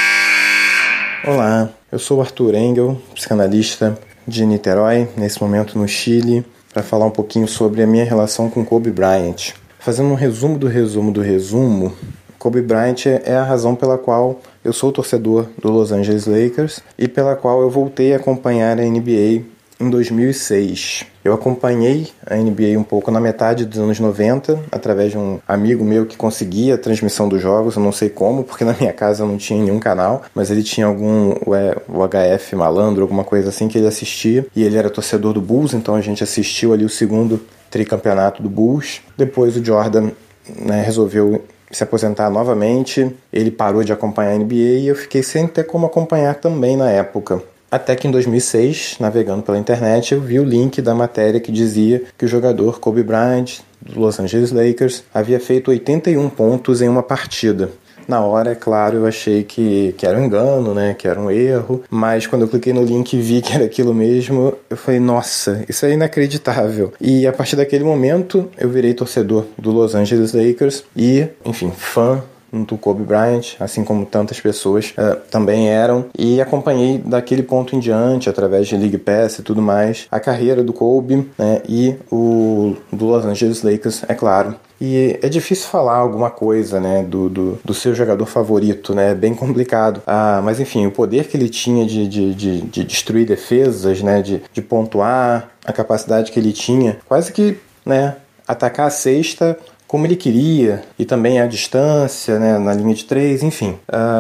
Olá, eu sou o Arthur Engel, psicanalista de Niterói, nesse momento no Chile, para falar um pouquinho sobre a minha relação com Kobe Bryant. Fazendo um resumo do resumo, Kobe Bryant é a razão pela qual eu sou torcedor do Los Angeles Lakers e pela qual eu voltei a acompanhar a NBA em 2006. Eu acompanhei a NBA um pouco na metade dos anos 90, através de um amigo meu que conseguia a transmissão dos jogos, eu não sei como, porque na minha casa não tinha nenhum canal, mas ele tinha algum UHF malandro, alguma coisa assim que ele assistia, e ele era torcedor do Bulls, então a gente assistiu ali o segundo tricampeonato do Bulls. Depois o Jordan, resolveu se aposentar novamente, ele parou de acompanhar a NBA e eu fiquei sem ter como acompanhar também na época. Até que em 2006, navegando pela internet, eu vi o link da matéria que dizia que o jogador Kobe Bryant, do Los Angeles Lakers, havia feito 81 pontos em uma partida. Na hora, é claro, eu achei que era um engano, que era um erro, mas quando eu cliquei no link e vi que era aquilo mesmo, eu falei, nossa, isso é inacreditável. E a partir daquele momento, eu virei torcedor do Los Angeles Lakers e, enfim, fã do Kobe Bryant, assim como tantas pessoas também eram, e acompanhei daquele ponto em diante, através de League Pass e tudo mais, a carreira do Kobe, e o do Los Angeles Lakers, é claro. E é difícil falar alguma coisa, do seu jogador favorito, é bem complicado. Mas enfim, o poder que ele tinha de destruir defesas, de pontuar, a capacidade que ele tinha, quase que, atacar a cesta como ele queria, e também a distância, na linha de 3, enfim.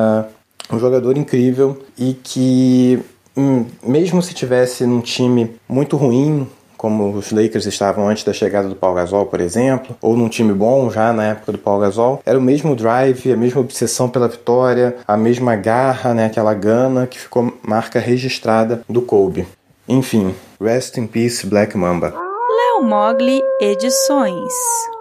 Um jogador incrível e que, mesmo se tivesse num time muito ruim, como os Lakers estavam antes da chegada do Paul Gasol, por exemplo, ou num time bom já na época do Paul Gasol, era o mesmo drive, a mesma obsessão pela vitória, a mesma garra, aquela gana que ficou marca registrada do Kobe. Enfim, rest in peace, Black Mamba. Léo Mogli Edições.